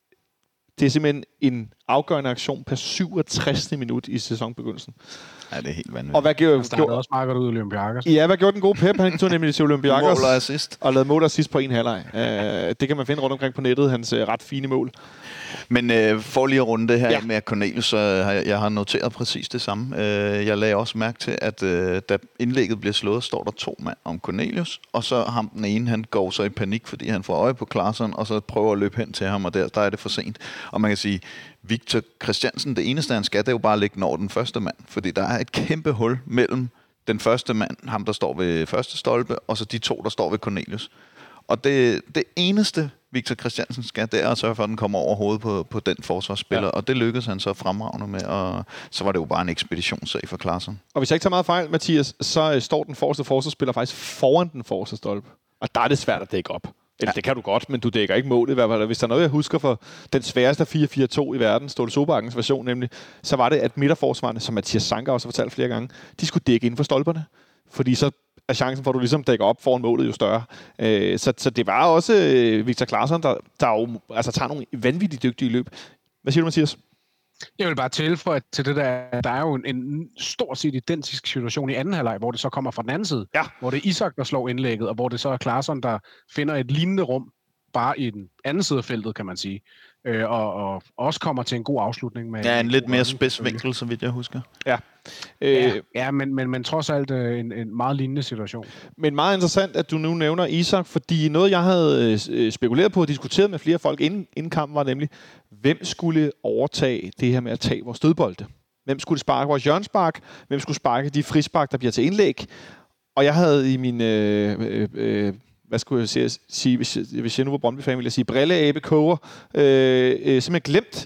Det er simpelthen en afgørende aktion per syvogtres minut i sæsonbegyndelsen. Ja, det er helt vanvittigt. Og hvad gjorde, Han startede også meget godt ud i Olympiakos. Ja, hvad gjorde den gode Pep? Han tog nemlig til Olympiakos. Mål og assist. Og lavede mål og assist på en halvleg. Uh, det kan man finde rundt omkring på nettet, hans uh, ret fine mål. Men øh, for lige at runde det her ja. med Cornelius, så har jeg, jeg har noteret præcis det samme. Øh, jeg lagde også mærke til, at øh, da indlægget bliver slået, står der to mand om Cornelius, og så ham den ene, han går så i panik, fordi han får øje på Claesson, og så prøver at løbe hen til ham, og der, der er det for sent. Og man kan sige, Victor Christiansen, det eneste han skal, det er jo bare at ligge når den første mand, fordi der er et kæmpe hul mellem den første mand, ham der står ved første stolpe, og så de to, der står ved Cornelius. Og det, det eneste Victor Christiansen skal, det er at sørge for, at den kommer over hovedet på, på den forsvarsspiller, ja. Og det lykkedes han så fremragende med, og så var det jo bare en ekspeditionssag for Claesson. Og hvis jeg ikke tager meget fejl, Mathias, så øh, står den forreste forsvarsspiller faktisk foran den forreste stolpe. Og der er det svært at dække op. Eller ja. Det kan du godt, men du dækker ikke målet i hvert fald. Hvis der er noget, jeg husker for den sværeste fire fire to i verden, Ståle Sobakkens version nemlig, så var det, at midterforsvarerne, som Mathias Sanker også har fortalt flere gange, de skulle dække inden for stolperne. Fordi så er chancen for, at du ligesom dækker op foran målet jo større. Øh, så, så det var også øh, Victor Claesson, der, der jo, altså, tager nogle vanvittigt dygtige løb. Hvad siger du, Mathias? Jeg vil bare tilføje til det der, der er jo en, en stort set identisk situation i anden halvleg, hvor det så kommer fra den anden side. Ja. Hvor det er Isak, der slår indlægget, og hvor det så er Claesson, der finder et lignende rum, bare i den anden side af feltet, kan man sige. Øh, og, og også kommer til en god afslutning. Med ja, en, en lidt mere runde, spidsvinkel, så vidt jeg husker. Ja, øh, ja, ja men, men, men trods alt øh, en, en meget lignende situation. Men meget interessant, at du nu nævner Isak, fordi noget, jeg havde øh, spekuleret på og diskuteret med flere folk inden, inden kampen, var nemlig, hvem skulle overtage det her med at tage vores dødbolde? Hvem skulle sparke vores hjørnespark? Hvem skulle sparke de frispark, der bliver til indlæg? Og jeg havde i min... Øh, øh, øh, hvad skulle jeg sige, sige hvis, hvis jeg nu var Brøndby-fan, ville jeg sige, brilleabe koger, øh, øh, simpelthen glemt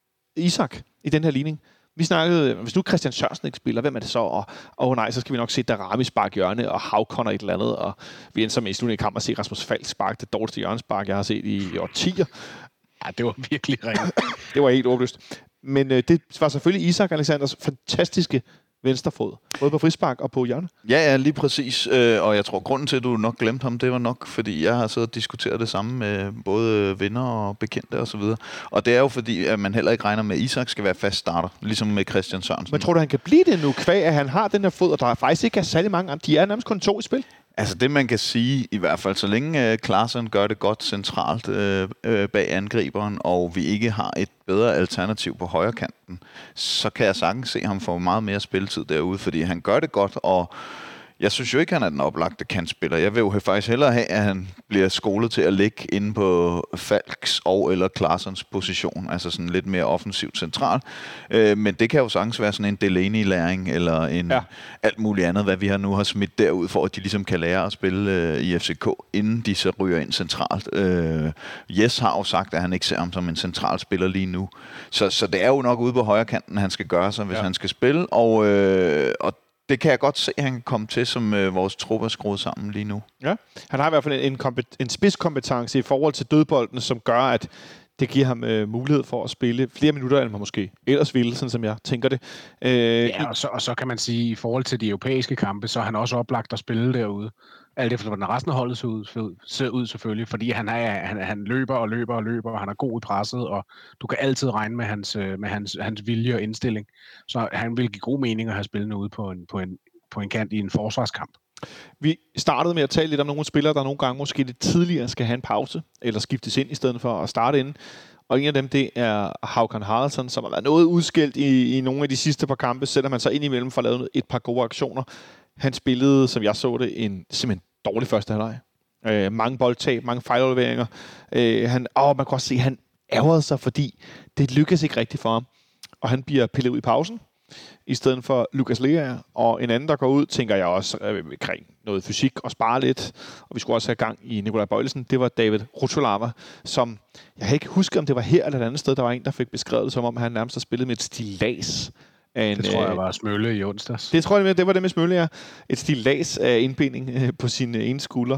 Isak i den her ligning. Vi snakkede, hvis nu Christian Sørensen ikke spiller, hvem er det så? Og oh nej, så skal vi nok se Darami sparke hjørne, og Havkon et eller andet, og vi endte så med i slutningen af kampen at se Rasmus Falk sparke det dårligste hjørnespark, jeg har set i årtier. Ja, det var virkelig rent. Det var helt åbenlyst. Men øh, det var selvfølgelig Isak Alexanders fantastiske venstrefod, både på frispark og på hjørne. Ja, ja, lige præcis. Øh, og jeg tror, grunden til, at du nok glemte ham, det var nok, fordi jeg har siddet og diskuteret det samme med både venner og bekendte og så videre. Og det er jo fordi, at man heller ikke regner med, at Isak skal være fast starter, ligesom med Christian Sørensen. Men tror du, han kan blive det nu, kvæg, at han har den her fod, og der faktisk ikke er særlig mange andre? De er nærmest kun to i spil. Altså det, man kan sige, i hvert fald, så længe uh, Claesson gør det godt centralt uh, uh, bag angriberen, og vi ikke har et bedre alternativ på højre kanten, så kan jeg sagtens se ham få meget mere spilletid derude, fordi han gør det godt, og jeg synes jo ikke, han er den oplagte kantspiller. Jeg vil jo faktisk hellere have, at han bliver skolet til at ligge inde på Falks og eller Claessons position, altså sådan lidt mere offensivt central. Øh, men det kan jo sagtens være sådan en Delaney-læring, eller en ja. alt muligt andet, hvad vi har nu har smidt derud, for at de ligesom kan lære at spille øh, i F C K, inden de så ryger ind centralt. Øh, Jes har jo sagt, at han ikke ser ham som en central spiller lige nu. Så, så det er jo nok ude på højre kanten, han skal gøre sig, hvis ja. han skal spille, og, øh, og det kan jeg godt se, at han kan komme til, som øh, vores trup er skruet sammen lige nu. Ja, han har i hvert fald en, kompet- en spidskompetence i forhold til dødbolden, som gør, at det giver ham øh, mulighed for at spille flere minutter, end man måske ellers ville, sådan som jeg tænker det. Øh, ja, og så, og så kan man sige, i forhold til de europæiske kampe, så er han også oplagt at spille derude. Alt efter, hvordan resten af holdet ser ud, ser ud selvfølgelig, fordi han, er, han, han løber og løber og løber, og han er god i presset, og du kan altid regne med hans, med hans, hans vilje og indstilling. Så han vil give god mening at have spillende ude på en, på en, på en kant i en forsvarskamp. Vi startede med at tale lidt om nogle spillere, der nogle gange måske lidt tidligere skal have en pause, eller skiftes ind i stedet for at starte inden. Og en af dem, det er Håkan Haraldsson, som har været noget udskilt i, i nogle af de sidste par kampe, selvom man så indimellem får lavet et par gode aktioner. Han spillede, som jeg så det, en simpelthen dårlig første halvleg. Øh, mange boldtab, mange fejlafleveringer. Øh, han, åh, man kan også se, at han ærgerede sig, fordi det lykkedes ikke rigtigt for ham. Og han bliver pillet ud i pausen, i stedet for Lukas Lea. Og en anden, der går ud, tænker jeg også, øh, kring noget fysik og spare lidt. Og vi skulle også have gang i Nikolaj Bøjlesen. Det var David Rutscholava, som, jeg kan ikke huske, om det var her eller et andet sted, der var en, der fik beskrevet det, som om han nærmest har spillet med et stillads. En, det tror jeg var Smølle i onsdags. Det tror jeg, det var det med Smølle, ja. Et stillads af indbinding øh, på sin ene skulder.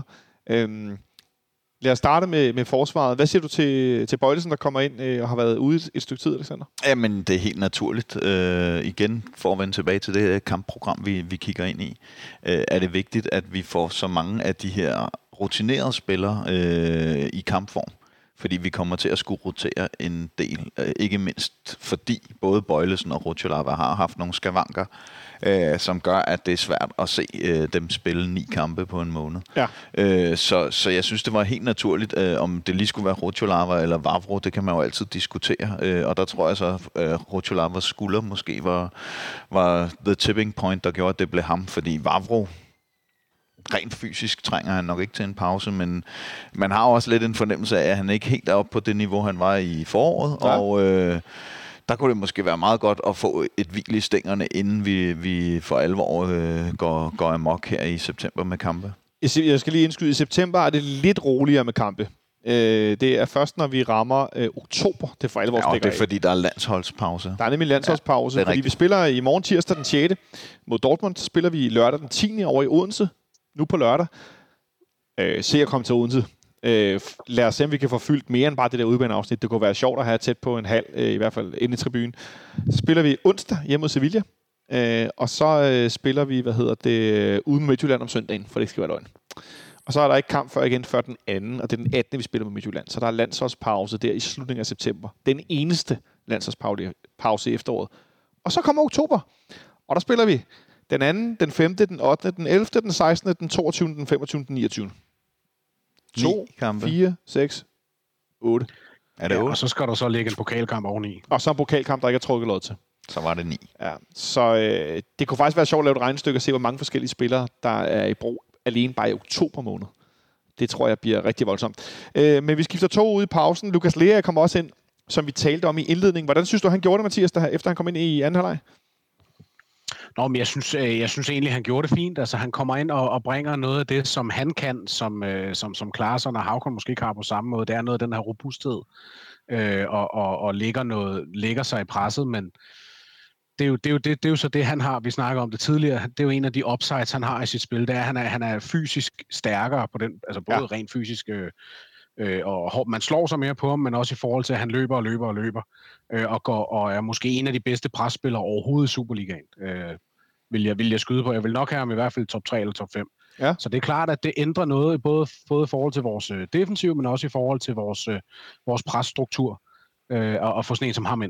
Øhm, lad os starte med, med forsvaret. Hvad siger du til, til Bøjlesen, der kommer ind øh, og har været ude et, et stykke tid, Alexander? Jamen, det er helt naturligt. Øh, igen, for at vende tilbage til det her kampprogram, vi, vi kigger ind i, øh, er det vigtigt, at vi får så mange af de her rutinerede spillere øh, i kampform. Fordi vi kommer til at skulle rotere en del. Øh, ikke mindst fordi både Bøjlesen og Rucholava har haft nogle skavanker, øh, som gør, at det er svært at se øh, dem spille ni kampe på en måned. Ja. Øh, så, så jeg synes, det var helt naturligt, øh, om det lige skulle være Rucholava eller Vavro, det kan man jo altid diskutere. Øh, og der tror jeg så, at øh, Rucholavas skulder måske var, var the tipping point, der gjorde, at det blev ham. Fordi Vavro, rent fysisk trænger han nok ikke til en pause, men man har også lidt en fornemmelse af, at han ikke helt er oppe på det niveau, han var i foråret. Ja. Og øh, der kunne det måske være meget godt at få et hvil i stængerne, inden vi, vi for alvor øh, går, går amok her i september med kampe. Jeg skal lige indskyde, i september er det lidt roligere med kampe. Det er først, når vi rammer øh, oktober, det for alvor ja, stikker det er fordi, der er landsholdspause. Der er nemlig landsholdspause, ja, fordi rigtigt. Vi spiller i morgen tirsdag den sjette mod Dortmund, så spiller vi lørdag den tiende over i Odense. Nu på lørdag. Øh, se at komme til Odense. Øh, lad os se, om vi kan få fyldt mere end bare det der udbaneafsnit. Det kunne være sjovt at have tæt på en halv, øh, i hvert fald inde i tribunen. Så spiller vi onsdag hjemme mod Sevilla. Øh, og så øh, spiller vi, hvad hedder det, ude med Midtjylland om søndagen, for det ikke skal være løgn. Og så er der ikke kamp før igen før den anden, og det er den attende vi spiller med Midtjylland. Så der er landsholdspause der i slutningen af september. Den eneste landsholdspause i efteråret. Og så kommer oktober, og der spiller vi den anden, den femte, den ottende, den ellevte, den sekstende, den toogtyvende, den femogtyvende, den niogtyvende. to, fire, seks, otte. Er det ja, otte? og så skal der så ligge en pokalkamp oveni. Og så en pokalkamp, der ikke er trukket lod til. Så var det ni. Ja, så øh, det kunne faktisk være sjovt at lave et regnestykke og se, hvor mange forskellige spillere, der er i brug alene bare i oktober måned. Det tror jeg bliver rigtig voldsomt. Øh, men vi skifter to ud i pausen. Lukas Lea kommer også ind, som vi talte om i indledningen. Hvordan synes du, han gjorde det, Mathias, der, efter han kom ind i anden halvleg? Nå, men jeg synes, jeg synes egentlig, han gjorde det fint. Altså, han kommer ind og, og bringer noget af det, som han kan, som, øh, som, som Klaarsson og Haugen måske ikke har på samme måde. Det er noget af den her robusthed, øh, og, og, og lægger, noget, lægger sig i presset, men det er, jo, det, er jo, det, det er jo så det, han har. Vi snakker om det tidligere. Det er jo en af de upsides, han har i sit spil. Det er, han er, han er fysisk stærkere på den, altså både ja. rent fysisk, øh, øh, og man slår sig mere på ham, men også i forhold til, at han løber og løber og løber, øh, og, går, og er måske en af de bedste presspillere overhovedet i Superligaen. Øh, vil, jeg, vil jeg skyde på. Jeg vil nok have ham i hvert fald top tre eller top fem. Ja. Så det er klart, at det ændrer noget, både, både i forhold til vores øh, defensiv, men også i forhold til vores, øh, vores presstruktur, øh, og, og få sådan en som ham ind.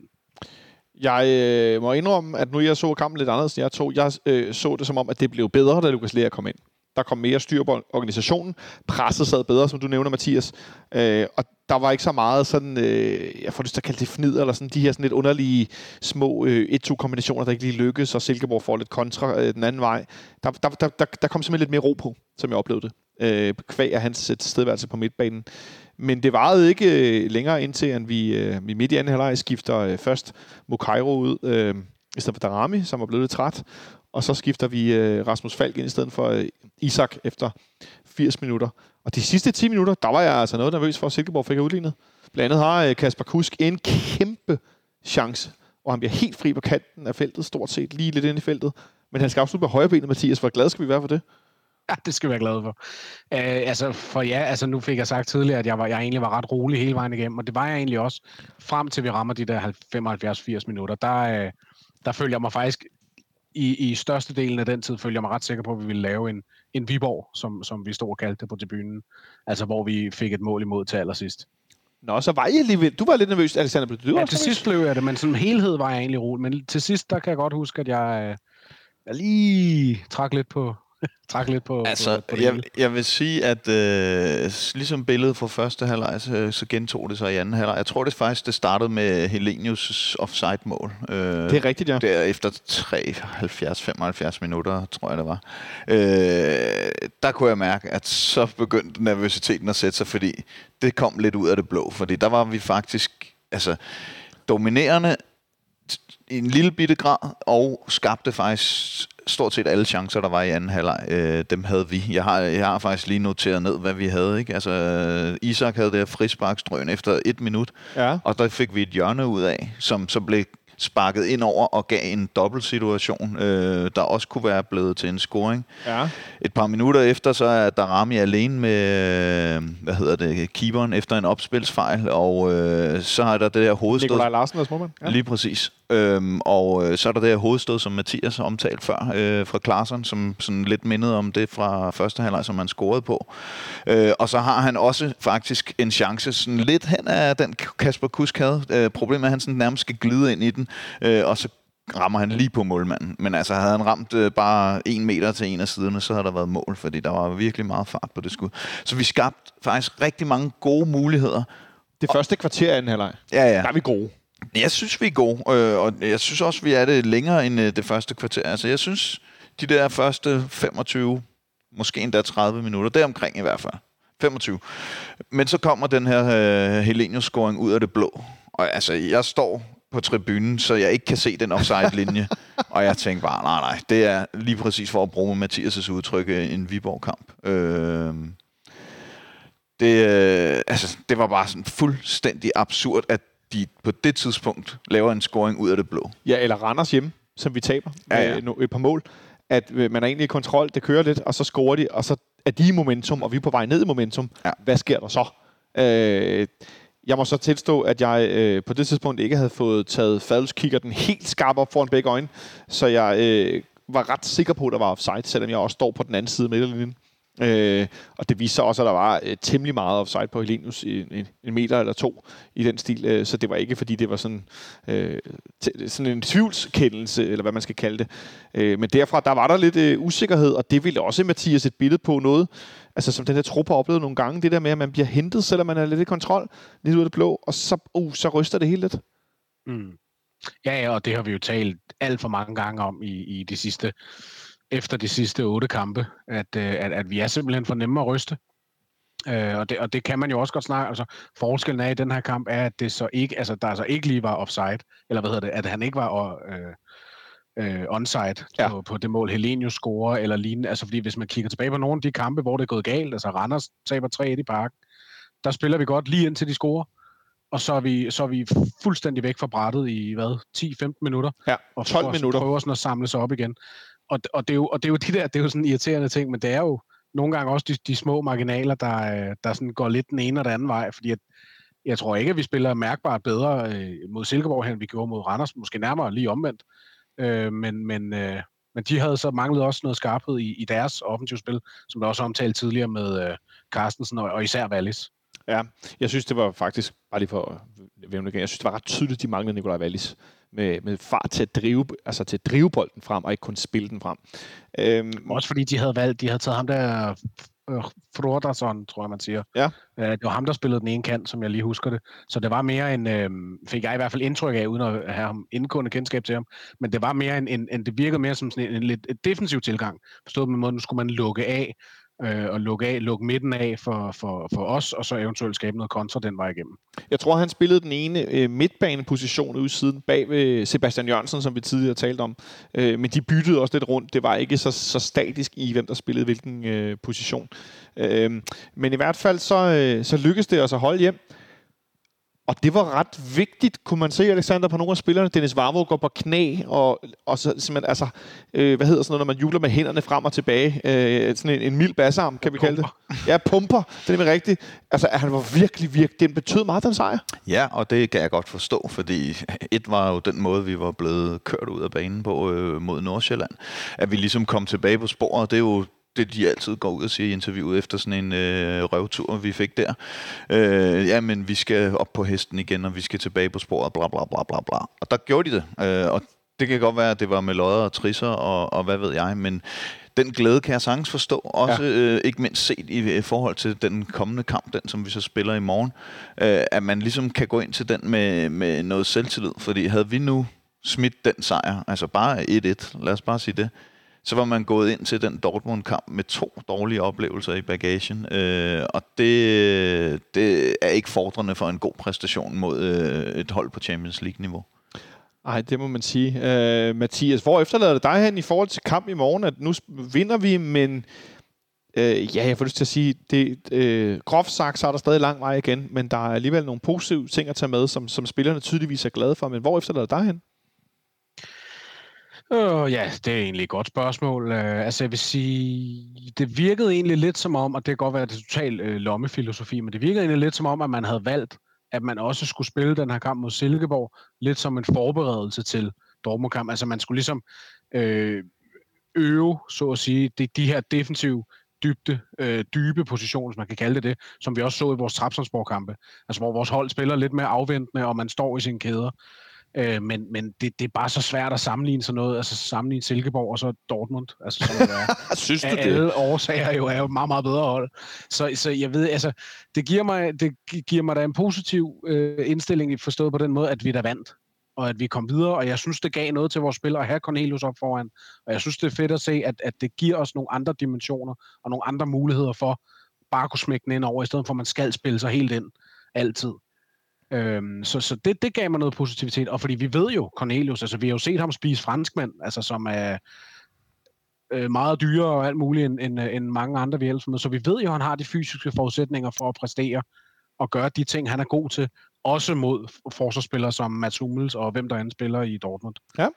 Jeg øh, må indrømme, at nu jeg så kampen lidt anderledes, end jeg tog. Jeg øh, så det som om, at det blev bedre, da Lukas Lea kom ind. Der kom mere styr på organisationen. Presset sad bedre, som du nævner, Mathias. Øh, og der var ikke så meget sådan, øh, jeg får lyst til at kalde det fnider, eller sådan de her sådan lidt underlige små øh, et-to-kombinationer, der ikke lige lykkes, og Silkeborg får lidt kontra øh, den anden vej. Der, der, der, der, der kom simpelthen lidt mere ro på, som jeg oplevede det. Øh, kvæg af hans tilstedeværelse på midtbanen. Men det varede ikke øh, længere indtil, at vi, øh, vi midt i anden halvleg skifter øh, først Mukairo ud, øh, i stedet for Darami, som var blevet lidt træt. Og så skifter vi øh, Rasmus Falk ind i stedet for øh, Isak efter firs minutter. Og de sidste ti minutter, der var jeg altså noget nervøs for, at Silkeborg fik udlignet. Blandt andet har øh, Kasper Kusk en kæmpe chance, og han bliver helt fri på kanten af feltet, stort set lige lidt ind i feltet. Men han skal afslutte med højrebenet, Mathias. Hvor glad skal vi være for det? Ja, det skal vi være glade for. Uh, altså, for ja, altså nu fik jeg sagt tidligere, at jeg, var, jeg egentlig var ret rolig hele vejen igennem, og det var jeg egentlig også, frem til vi rammer de der femoghalvfjerds til firs minutter. Der, uh, der følger jeg mig faktisk, i, i største delen af den tid, følger jeg mig ret sikker på, at vi ville lave en, en Viborg, som, som vi stod og kaldte det på tribunen. Altså, hvor vi fik et mål imod til allersidst. Nå, så var jeg alligevel... Du var lidt nervøs, Alexander. Du ja, til sidst blev jeg det, men som helhed var jeg egentlig rolig. Men til sidst, der kan jeg godt huske, at jeg, jeg lige trak lidt på... Træk lidt på, altså, på, på det jeg, jeg vil sige, at øh, ligesom billedet fra første halvleg, så, så gentog det sig i anden halvleg. Jeg tror det faktisk, det startede med Helenius offside-mål. Øh, det er rigtigt, ja. Der efter treoghalvfjerds til femoghalvfjerds minutter, tror jeg det var. Øh, der kunne jeg mærke, at så begyndte nervøsiteten at sætte sig, fordi det kom lidt ud af det blå. Fordi der var vi faktisk altså, dominerende i en lille bitte grad, og skabte faktisk stort set alle chancer, der var i anden halvleg, øh, dem havde vi. Jeg har, jeg har faktisk lige noteret ned, hvad vi havde. Ikke? Altså, Isak havde det her frisparkstrøen efter et minut, ja. Og der fik vi et hjørne ud af, som så blev sparkede ind over og gav en dobbeltsituation, øh, der også kunne være blevet til en scoring. Ja. Et par minutter efter, så er Darami alene med, hvad hedder det, keeperen efter en opspilsfejl, og øh, så er der det der hovedstød. Nikolaj Larsen og Småmand. Ja. Lige præcis. Øhm, og øh, så er der det her hovedstød, som Mathias omtalt før, øh, fra Klaasen, som sådan lidt mindede om det fra første halvleg, som han scorede på. Øh, og så har han også faktisk en chance, sådan lidt hen af den Kasper Kusk havde. Øh, problemet er, at han sådan nærmest skal glide ind i den, øh, og så rammer han lige på målmanden. Men altså, havde han ramt øh, bare en meter til en af siderne, så havde der været mål, fordi der var virkelig meget fart på det skud. Så vi skabte faktisk rigtig mange gode muligheder. Det første kvarter af anden halvleg, ja, ja. der er vi gode. Jeg synes, vi er gode, øh, og jeg synes også, vi er det længere end øh, det første kvarter. Altså, jeg synes, de der første femogtyve, måske endda tredive minutter, deromkring i hvert fald, femogtyve. Men så kommer den her øh, Helenius-scoring ud af det blå. Og altså, jeg står på tribunen, så jeg ikke kan se den offside-linje. Og jeg tænker bare, nej, nej, det er lige præcis for at bruge Mathias' udtryk en Viborg-kamp. Øh, det, øh, altså, det var bare sådan fuldstændig absurd, at de på det tidspunkt laver en scoring ud af det blå. Ja, eller Randers hjemme, som vi taber ja, ja. med et par mål. At man er egentlig i kontrol, det kører lidt, og så scorer de, og så er de i momentum, og vi er på vej ned i momentum. Ja. Hvad sker der så? Øh, jeg må så tilstå, at jeg øh, på det tidspunkt ikke havde fået taget fadølskikkerten helt skarp op foran begge øjne, så jeg øh, var ret sikker på, at der var offside, selvom jeg også står på den anden side af midterlinjen. Øh, og det viste sig også, at der var øh, temmelig meget offside på Helenius, en, en, en meter eller to i den stil, øh, så det var ikke, fordi det var sådan, øh, t- sådan en tvivlskendelse, eller hvad man skal kalde det. Øh, men derfra, der var der lidt øh, usikkerhed, og det ville også Mathias et billede på noget, altså som den her truppe har oplevet nogle gange, det der med, at man bliver hentet, selvom man er lidt i kontrol, lidt ud af det blå, og så, uh, så ryster det helt lidt. Mm. Ja, ja, og det har vi jo talt alt for mange gange om i, i de sidste efter de sidste otte kampe, at, at, at vi er simpelthen for nemme at ryste. Uh, og, det, og det kan man jo også godt snakke. Altså, forskellen af i den her kamp er, at det så ikke, altså, der så ikke lige var offside, eller hvad hedder det, at han ikke var uh, uh, onside ja. på, på det mål, Helenius scorer, eller lignende. Altså, fordi hvis man kigger tilbage på nogle af de kampe, hvor det er gået galt, altså Randers taber tre et i parken, der spiller vi godt lige indtil de scorer, og så er vi, så er vi fuldstændig væk fra brættet i, hvad, ti femten minutter? Ja, tolv og minutter. Og prøver sådan at samle sig op igen. Og, og, det er jo, og det er jo de der, det er jo sådan irriterende ting, men det er jo nogle gange også de, de små marginaler, der, der sådan går lidt den ene og den anden vej, fordi at, jeg tror ikke, at vi spiller mærkbart bedre øh, mod Silkeborg, end vi gjorde mod Randers, måske nærmere lige omvendt, øh, men, men, øh, men de havde så manglet også noget skarphed i, i deres offensivspil, som der også omtalt tidligere med øh, Carstensen og, og især Wallis. Ja, jeg synes, det var faktisk, bare lige for at vævne igen, jeg synes, det var ret tydeligt, de manglede Nikolaj Wallis med, med fart til at drive, altså til at drive bolden frem, og ikke kun spille den frem. Øhm, Også fordi de havde valgt, de havde taget ham der, øh, Froderson, tror jeg, man siger. Ja. Øh, det var ham, der spillede den ene kant, som jeg lige husker det. Så det var mere en, øh, fik jeg i hvert fald indtryk af, uden at have ham indgående kendskab til ham, men det var mere en, en, en det virkede mere som sådan en, en lidt et defensiv tilgang. Forstået med måde, nu skulle man lukke af, øh, og lukke af, lukke midten af for, for, for os, og så eventuelt skabe noget kontra den vej igennem. Jeg tror, han spillede den ene øh, midtbaneposition ude siden bag ved Sebastian Jørgensen, som vi tidligere talte om. Øh, men de byttede også lidt rundt. Det var ikke så, så statisk i, hvem der spillede hvilken øh, position. Øh, men i hvert fald så, øh, så lykkedes det os at holde hjem. Og det var ret vigtigt, kunne man se, Alexander, på nogle af spillerne. Dennis Varvo går på knæ, og, og så simpelthen, altså, øh, hvad hedder sådan noget, når man jubler med hænderne frem og tilbage? Øh, sådan en, en mild bassarm, kan vi kalde det. Ja, pumper, det er nemlig rigtigt. Altså, han var virkelig, virkelig, den betød meget, den sejr. Ja, og det kan jeg godt forstå, fordi et var jo den måde, vi var blevet kørt ud af banen på øh, mod Nordsjælland. At vi ligesom kom tilbage på sporet, det er jo det, de altid går ud og siger i interviewet efter sådan en øh, røvtur, vi fik der. Øh, ja, men vi skal op på hesten igen, og vi skal tilbage på sporet, bla bla bla bla bla. Og der gjorde de det. Øh, og det kan godt være, at det var med lodder og trisser, og, og hvad ved jeg, men den glæde kan jeg sagtens forstå. Også ja. øh, ikke mindst set i forhold til den kommende kamp, den som vi så spiller i morgen, øh, at man ligesom kan gå ind til den med, med noget selvtillid. Fordi havde vi nu smidt den sejr, altså bare et et, lad os bare sige det, så var man gået ind til den Dortmund-kamp med to dårlige oplevelser i bagagen. Øh, og det, det er ikke fordrende for en god præstation mod øh, et hold på Champions League-niveau. Nej, det må man sige. Uh, Mathias, hvor efterlader det dig hen i forhold til kamp i morgen? At nu vinder vi, men uh, ja, jeg får lyst til at sige, det uh, groft sagt, så er der stadig lang vej igen, men der er alligevel nogle positive ting at tage med, som, som spillerne tydeligvis er glade for. Men hvor efterlader det dig hen? Øh, ja, det er egentlig et godt spørgsmål. Uh, altså, jeg vil sige, det virkede egentlig lidt som om, og det kan godt være, at det er total uh, lommefilosofi, men det virkede egentlig lidt som om, at man havde valgt, at man også skulle spille den her kamp mod Silkeborg, lidt som en forberedelse til Dortmund-kamp. Altså, man skulle ligesom øh, øve, så at sige, de, de her defensive dybde, øh, dybe positioner, hvis man kan kalde det det, som vi også så i vores Trabzonspor-kampe. Altså, hvor vores hold spiller lidt mere afventende, og man står i sine kæder. Øh, men men det, det er bare så svært at sammenligne sådan noget, altså sammenligne Silkeborg og så Dortmund. Altså, som er, Synes du af det? alle årsager jo er jo meget, meget bedre hold. Så, så jeg ved, altså, det giver mig, det giver mig da en positiv øh, indstilling, forstået på den måde, at vi der vandt, og at vi kom videre, og jeg synes, det gav noget til vores spillere at have Cornelius op foran, og jeg synes, det er fedt at se, at, at det giver os nogle andre dimensioner, og nogle andre muligheder for bare at kunne smække den ind over, i stedet for, at man skal spille sig helt ind, altid. Øhm, så så det, det gav mig noget positivitet, og fordi vi ved jo, Cornelius, altså vi har jo set ham spise franskmænd, altså som er øh, meget dyrere og alt muligt end, end, end mange andre, vi hjælper med, så vi ved jo, at han har de fysiske forudsætninger for at præstere og gøre de ting, han er god til, også mod forsvarsspillere som Mats Hummels og hvem der andet spiller i Dortmund. Ja.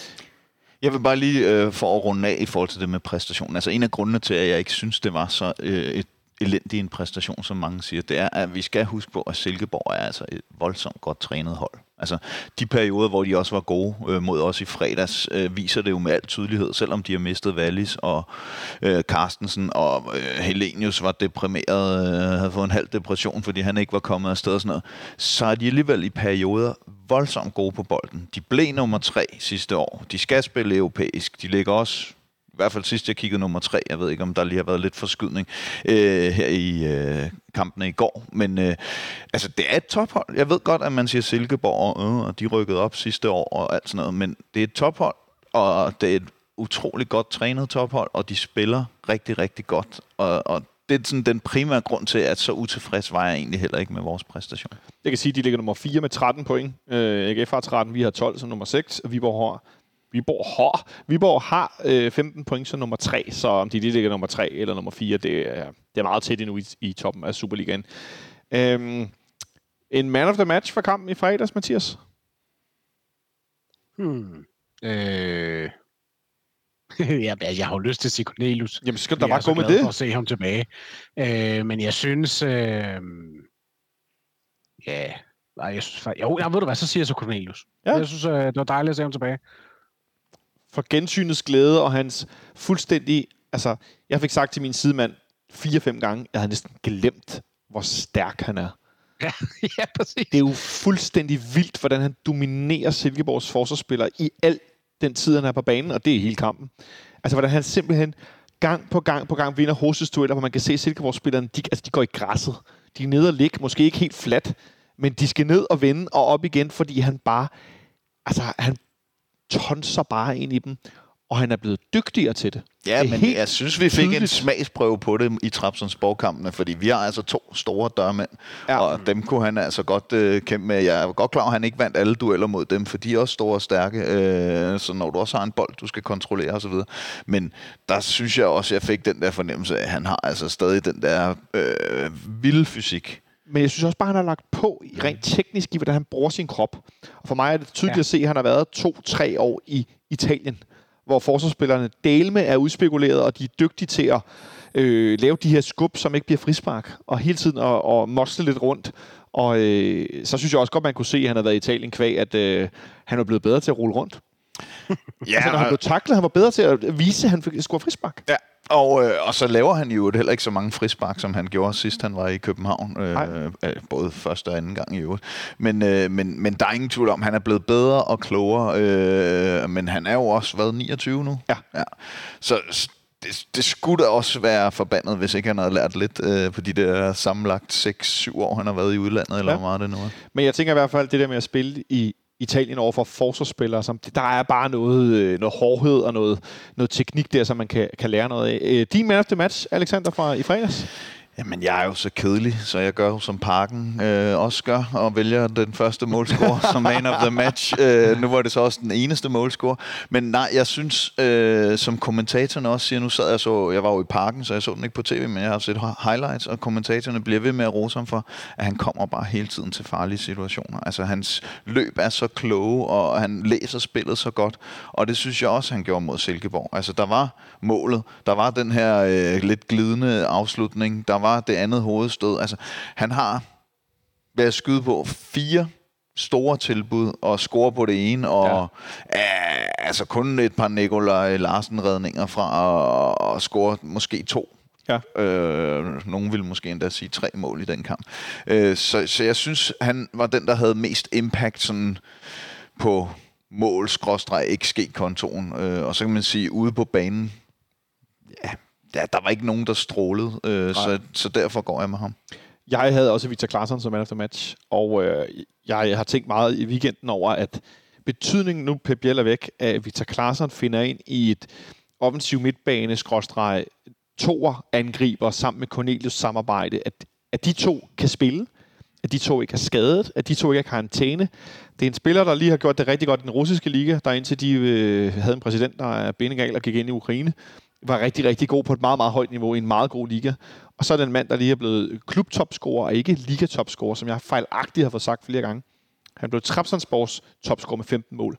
Jeg vil bare lige øh, for at runde af i forhold til det med præstationen. Altså en af grundene til, at jeg ikke synes, det var så øh, et elendig en præstation, som mange siger, det er, at vi skal huske på, at Silkeborg er altså et voldsomt godt trænet hold. Altså, de perioder, hvor de også var gode øh, mod os i fredags, øh, viser det jo med al tydelighed, selvom de har mistet Wallis og øh, Carstensen, og øh, Helenius var deprimeret, øh, havde fået en halv depression, fordi han ikke var kommet afsted og sådan noget, så er de alligevel i perioder voldsomt gode på bolden. De blev nummer tre sidste år. De skal spille europæisk. De ligger også, i hvert fald sidst jeg kiggede, nummer tre. Jeg ved ikke, om der lige har været lidt forskydning øh, her i øh, kampene i går. Men øh, altså, det er et tophold. Jeg ved godt, at man siger Silkeborg, og, øh, og de rykkede op sidste år og alt sådan noget. Men det er et tophold, og det er et utroligt godt trænet tophold, og de spiller rigtig, rigtig godt. Og, og det er sådan den primære grund til, at så utilfreds var jeg egentlig heller ikke med vores præstation. Jeg kan sige, at de ligger nummer fire med tretten point. Øh, A G F har tretten, vi har tolv som nummer seks, og Viborg har Viborg har, Viborg har øh, femten point som nummer tre, så om de lige ligger nummer tre eller nummer fire, det er, det er meget tæt endnu i, i toppen af Superligaen. Øhm, en man of the match for kampen i fredags, Mathias? Hmm. Øh... ja, jeg har jo lyst til at sige Cornelius. Jamen, skal der jeg bare gå med det? Jeg er så glad for at se ham tilbage. Øh, men jeg synes... Øh... Ja... Nej, jeg synes... Jo, jeg ved du hvad, så siger jeg så Cornelius. Ja. Jeg synes, øh, det var dejligt at se ham tilbage. For gensynets glæde og hans fuldstændig... Altså, jeg fik sagt til min sidemand fire-fem gange, jeg havde næsten glemt, hvor stærk han er. Ja, ja, præcis. Det er jo fuldstændig vildt, hvordan han dominerer Silkeborgs forsvarsspillere i al den tid, han er på banen, og det er hele kampen. Altså, hvordan han simpelthen gang på gang på gang vinder hovedstødstueller, hvor man kan se Silkeborgs-spillerne, de, altså, de går i græsset. De er nede og ligge, måske ikke helt fladt, men de skal ned og vende og op igen, fordi han bare... Altså, han tonser bare ind i dem, og han er blevet dygtigere til det. Ja, det men jeg synes, vi fik tydeligt en smagsprøve på det i Trabzonspor-kampene, fordi vi har altså to store dørmænd, ja. Og dem kunne han altså godt øh, kæmpe med. Jeg er godt klar, at han ikke vandt alle dueller mod dem, for de er også store og stærke, øh, så når du også har en bold, du skal kontrollere osv. Men der synes jeg også, at jeg fik den der fornemmelse af, at han har altså stadig den der øh, vilde fysik. Men jeg synes også bare, at han har lagt på rent teknisk i, hvordan han bruger sin krop. Og for mig er det tydeligt ja. at se, at han har været to-tre år i Italien, hvor forsvarsspillerne delme er udspekuleret, og de er dygtige til at øh, lave de her skub, som ikke bliver frispark, og hele tiden at, at mosle lidt rundt. Og øh, så synes jeg også godt, man kunne se, at han har været i Italien kvæg, at øh, han er blevet bedre til at rulle rundt. Ja, altså, når han blev tacklet, han var bedre til at vise, at han skulle have frispark. Ja. Og, øh, og så laver han jo heller ikke så mange frispark, som han gjorde sidst, han var i København. Øh, øh, både første og anden gang i øvrigt. Men, øh, men, men der er ingen tvivl om, han er blevet bedre og klogere. Øh, men han er jo også været niogtyve nu. Ja. Ja. Så det, det skulle da også være forbandet, hvis ikke han havde lært lidt øh, på de der sammenlagt seks syv år, han har været i udlandet, eller ja. hvor meget det nu er. Men jeg tænker i hvert fald, det der med at spille i Italien over for forsvarsspillere, som der er bare noget, noget hårdhed og noget, noget teknik der, som man kan, kan lære noget af. Din man of the match, Alexander, fra i fredags? Jamen, jeg er jo så kedelig, så jeg gør jo som Parken øh, også gør, og vælger den første målscorer som man of the match. Øh, nu var det så også den eneste målscorer. Men nej, jeg synes, øh, som kommentatorerne også siger, nu sad jeg så, jeg var jo i Parken, så jeg så den ikke på tv, men jeg har set highlights, og kommentatorerne bliver ved med at rose ham for, at han kommer bare hele tiden til farlige situationer. Altså, hans løb er så kloge, og han læser spillet så godt, og det synes jeg også, han gjorde mod Silkeborg. Altså, der var målet, der var den her øh, lidt glidende afslutning, der var det andet hovedstød. Altså, han har ved at skyde på fire store tilbud og score på det ene, og ja. øh, altså kun et par Nikolaj Larsen-redninger fra at, at score måske to. Ja. Øh, nogen ville måske endda sige tre mål i den kamp. Øh, så, så jeg synes, han var den, der havde mest impact sådan på mål-X G-kontoen. Øh, og så kan man sige, ude på banen, ja, der, der var ikke nogen, der strålede, øh, så, så derfor går jeg med ham. Jeg havde også Victor Claesson som man of the match, og øh, jeg har tænkt meget i weekenden over, at betydningen nu, Pep Biel er væk, at Victor Claesson finder ind i et offensiv midtbane, skråstreg, toer angriber sammen med Cornelius samarbejde, at, at de to kan spille, at de to ikke er skadet, at de to ikke er karantæne. Det er en spiller, der lige har gjort det rigtig godt i den russiske liga, der indtil de øh, havde en præsident, der er benegal og gik ind i Ukraine, var rigtig, rigtig god på et meget, meget højt niveau i en meget god liga. Og så er den mand, der lige er blevet klubtopscorer og ikke ligatopscorer, som jeg fejlagtigt har fået sagt flere gange. Han blev Trabzonspors topscorer med femten mål.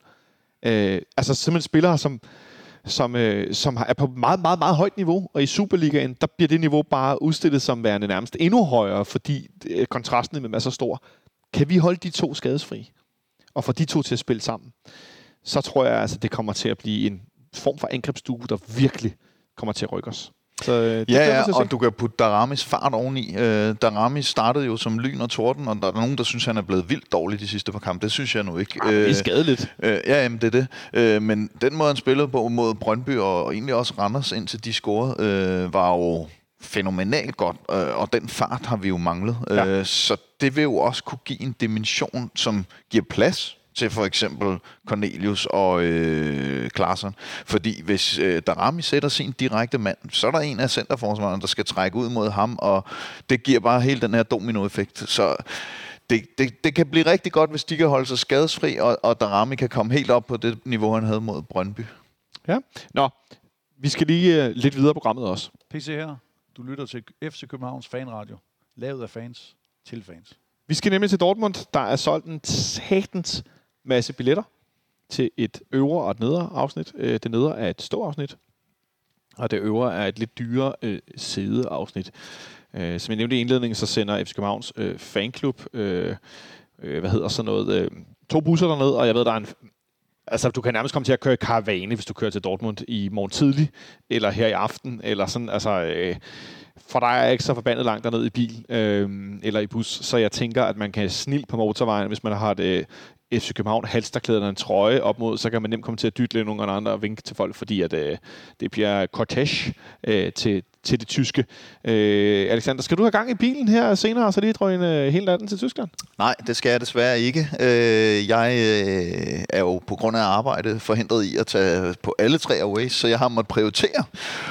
Øh, altså simpelthen spillere, som, som, øh, som er på meget, meget, meget højt niveau, og i Superligaen, der bliver det niveau bare udstillet som værende nærmest endnu højere, fordi øh, kontrasten imellem er så stor. Kan vi holde de to skadesfri, og få de to til at spille sammen, så tror jeg, altså, det kommer til at blive en form for angrebsstue, der virkelig kommer til at rykke os. Så, øh, ja, ja, og du kan putte Daramis fart oveni. Øh, Daramis startede jo som lyn og torden, og der er nogen, der synes, han er blevet vildt dårlig de sidste par kampe. Det synes jeg nu ikke. Ah, det er skadeligt. Øh, ja, jamen, det er det. Øh, men den måde, han spillede på mod Brøndby, og egentlig også Randers, indtil de scorede, øh, var jo fænomenalt godt, øh, og den fart har vi jo manglet. Ja. Øh, så det vil jo også kunne give en dimension, som giver plads til for eksempel Cornelius og øh, Claesson. Fordi hvis øh, Darami sætter sin direkte mand, så er der en af centerforsvarerne, der skal trække ud mod ham, og det giver bare hele den her dominoeffekt. Så det, det, det kan blive rigtig godt, hvis de kan holde sig skadesfri, og, og Darami kan komme helt op på det niveau, han havde mod Brøndby. Ja. Nå, vi skal lige uh, lidt videre programmet også. P C her. Du lytter til F C Københavns fanradio. Lavet af fans til fans. Vi skal nemlig til Dortmund. Der er solgt en satans masse billetter til et øvre og et nedre afsnit. Det nedre er et ståafsnit, og det øvre er et lidt dyrere øh, sædeafsnit. Øh, som jeg nævnte i indledningen, så sender F C Københavns øh, fanklub, øh, øh, hvad hedder sådan noget, øh, to busser derned, og jeg ved, der er en... Altså, du kan nærmest komme til at køre karavane, hvis du kører til Dortmund i morgen tidlig, eller her i aften, eller sådan, altså... Øh, for der er ikke så forbandet langt derned i bil, øh, eller i bus, så jeg tænker, at man kan snil på motorvejen, hvis man har et F C København halsterklæder en trøje op mod, så kan man nemt komme til at dytte lidt nogle andre og vinke til folk, fordi at, øh, det bliver cortège øh, til, til det tyske. Øh, Alexander, skal du have gang i bilen her senere, og så lige drøje en øh, hele natten til Tyskland? Nej, det skal jeg desværre ikke. Øh, jeg øh, er jo på grund af arbejde forhindret i at tage på alle tre aways, så jeg har måttet prioritere.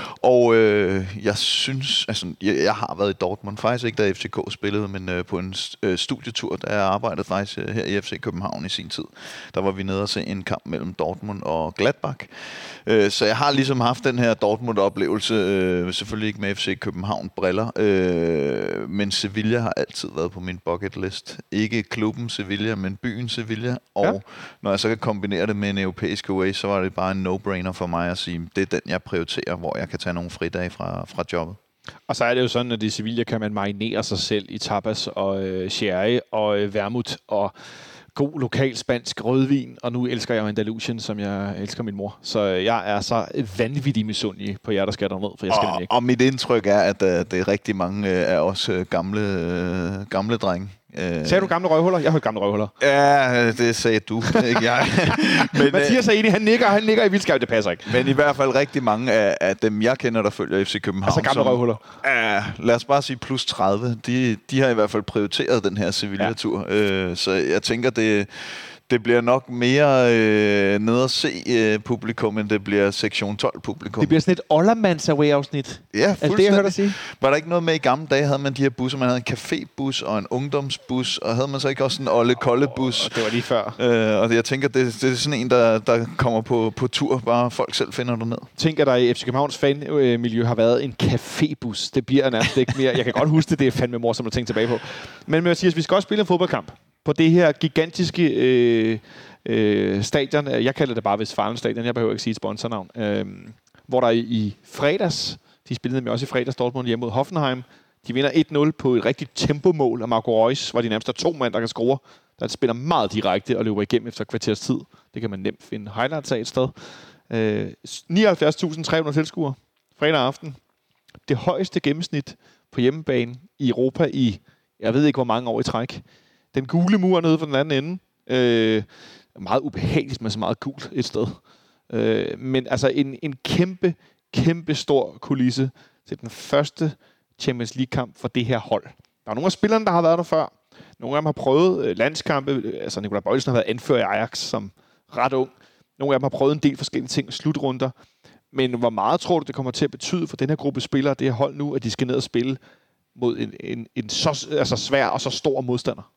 Og øh, jeg synes, altså, jeg, jeg har været i Dortmund, faktisk ikke da F C K spillede, men øh, på en øh, studietur, der jeg arbejdede faktisk øh, her i F C København i sin tid. Der var vi nede og se en kamp mellem Dortmund og Gladbach. Øh, så jeg har ligesom haft den her Dortmund-oplevelse, øh, selvfølgelig ikke med F C København-briller, øh, men Sevilla har altid været på min bucket list. Ikke klubben Sevilla, men byen Sevilla. Og ja. Når jeg så kan kombinere det med en europæisk away, så var det bare en no-brainer for mig at sige, det er den, jeg prioriterer, hvor jeg kan tage nogle fridage fra, fra jobbet. Og så er det jo sådan, at i Sevilla kan man marinere sig selv i tapas og øh, sherry og øh, vermouth og god lokal spansk rødvin, og nu elsker jeg Andalusien, som jeg elsker min mor. Så jeg er så vanvittig misundelig på jer, der skal derned, for jeg skal og, ikke. Og mit indtryk er, at uh, det er rigtig mange af uh, os uh, gamle, uh, gamle drenge. Uh, sagde du gamle røvhuller? Jeg hørte gamle røvhuller. Ja, det sagde du, ikke jeg. Men, Mathias er enig, han nikker, han nikker i vildskab, det passer ikke. Men i hvert fald rigtig mange af, af dem, jeg kender, der følger F C København. Altså gamle som, røvhuller? Uh, lad os bare sige plus tredive. De, de har i hvert fald prioriteret den her Sevilla-tur. Ja. Uh, så jeg tænker, det Det bliver nok mere øh, nede at se øh, publikum, end det bliver sektion tolv publikum. Det bliver sådan et Ollermans Away-afsnit. Ja, fuldstændig. Altså det, jeg hørte dig sige. Var der ikke noget med i gamle dage, havde man de her busser? Man havde en cafébus og en ungdomsbus, og havde man så ikke også en Olle-Kolle-bus? Oh, det var lige før. Øh, og jeg tænker, det, det er sådan en, der, der kommer på, på tur, bare folk selv finder derned. Tænker der i F C Københavns fanmiljø har været en cafébus. Det bliver nærmest ikke mere. Jeg kan godt huske det, det er fandme morsomt at tænke tilbage på. Men Mathias, vi skal også spille en fodboldkamp på det her gigantiske øh, øh, stadion. Jeg kalder det bare Westfalen Stadion. Jeg behøver ikke sige et sponsornavn. Øh, hvor der i, i fredags, de spillede med også i fredags, Dortmund hjemme mod Hoffenheim. De vinder et nul på et rigtigt tempomål af Marco Reus, hvor de nærmest er to mand, der kan score. Der spiller meget direkte og løber igennem efter kvarters tid. Det kan man nemt finde highlights af et sted. Øh, nioghalvfjerds tusind tre hundrede tilskuere fredag aften. Det højeste gennemsnit på hjemmebane i Europa i, jeg ved ikke hvor mange år i træk. Den gule mur nede på den anden ende. Øh, meget ubehageligt med så meget gult et sted. Øh, men altså en, en kæmpe, kæmpe stor kulisse til den første Champions League-kamp for det her hold. Der er nogle af spillerne, der har været der før. Nogle af dem har prøvet øh, landskampe. Altså Nikolaj Boilsen har været anfører i Ajax som ret ung. Nogle af dem har prøvet en del forskellige ting, slutrunder. Men hvor meget tror du, det kommer til at betyde for den her gruppe spillere, det her hold nu, at de skal ned og spille mod en, en, en så altså svær og så stor modstander?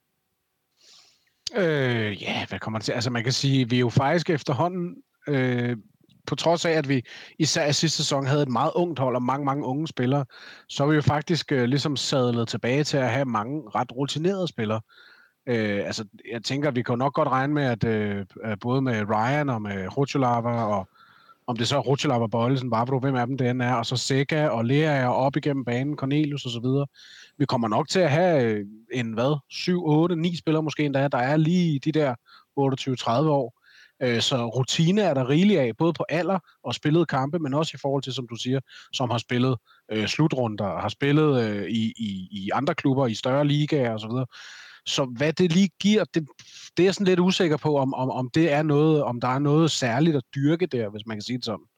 Øh, ja, hvad kommer det til? Altså man kan sige, vi er jo faktisk efterhånden, øh, på trods af, at vi især i sidste sæson havde et meget ungt hold og mange, mange unge spillere, så er vi jo faktisk øh, ligesom sadlet tilbage til at have mange ret rutinerede spillere. Øh, altså, jeg tænker, at vi kan nok godt regne med, at øh, både med Ryan og med Rucholava, og om det så er Rucholava, Boilsen, Vavro, hvem af dem det end er, og så Sega og Lea og op igennem banen, Cornelius og så videre. Vi kommer nok til at have en, hvad, syv, otte, ni spillere måske endda, der er lige de der otteogtyve til tredive år. Øh, så rutine er der rigeligt af, både på alder og spillet kampe, men også i forhold til, som du siger, som har spillet øh, slutrunder, har spillet øh, i, i, i andre klubber, i større ligaer og så videre. Så hvad det lige giver, det, det er jeg sådan lidt usikker på, om, om, om det er noget, om der er noget særligt at dyrke der, hvis man kan sige det sådan.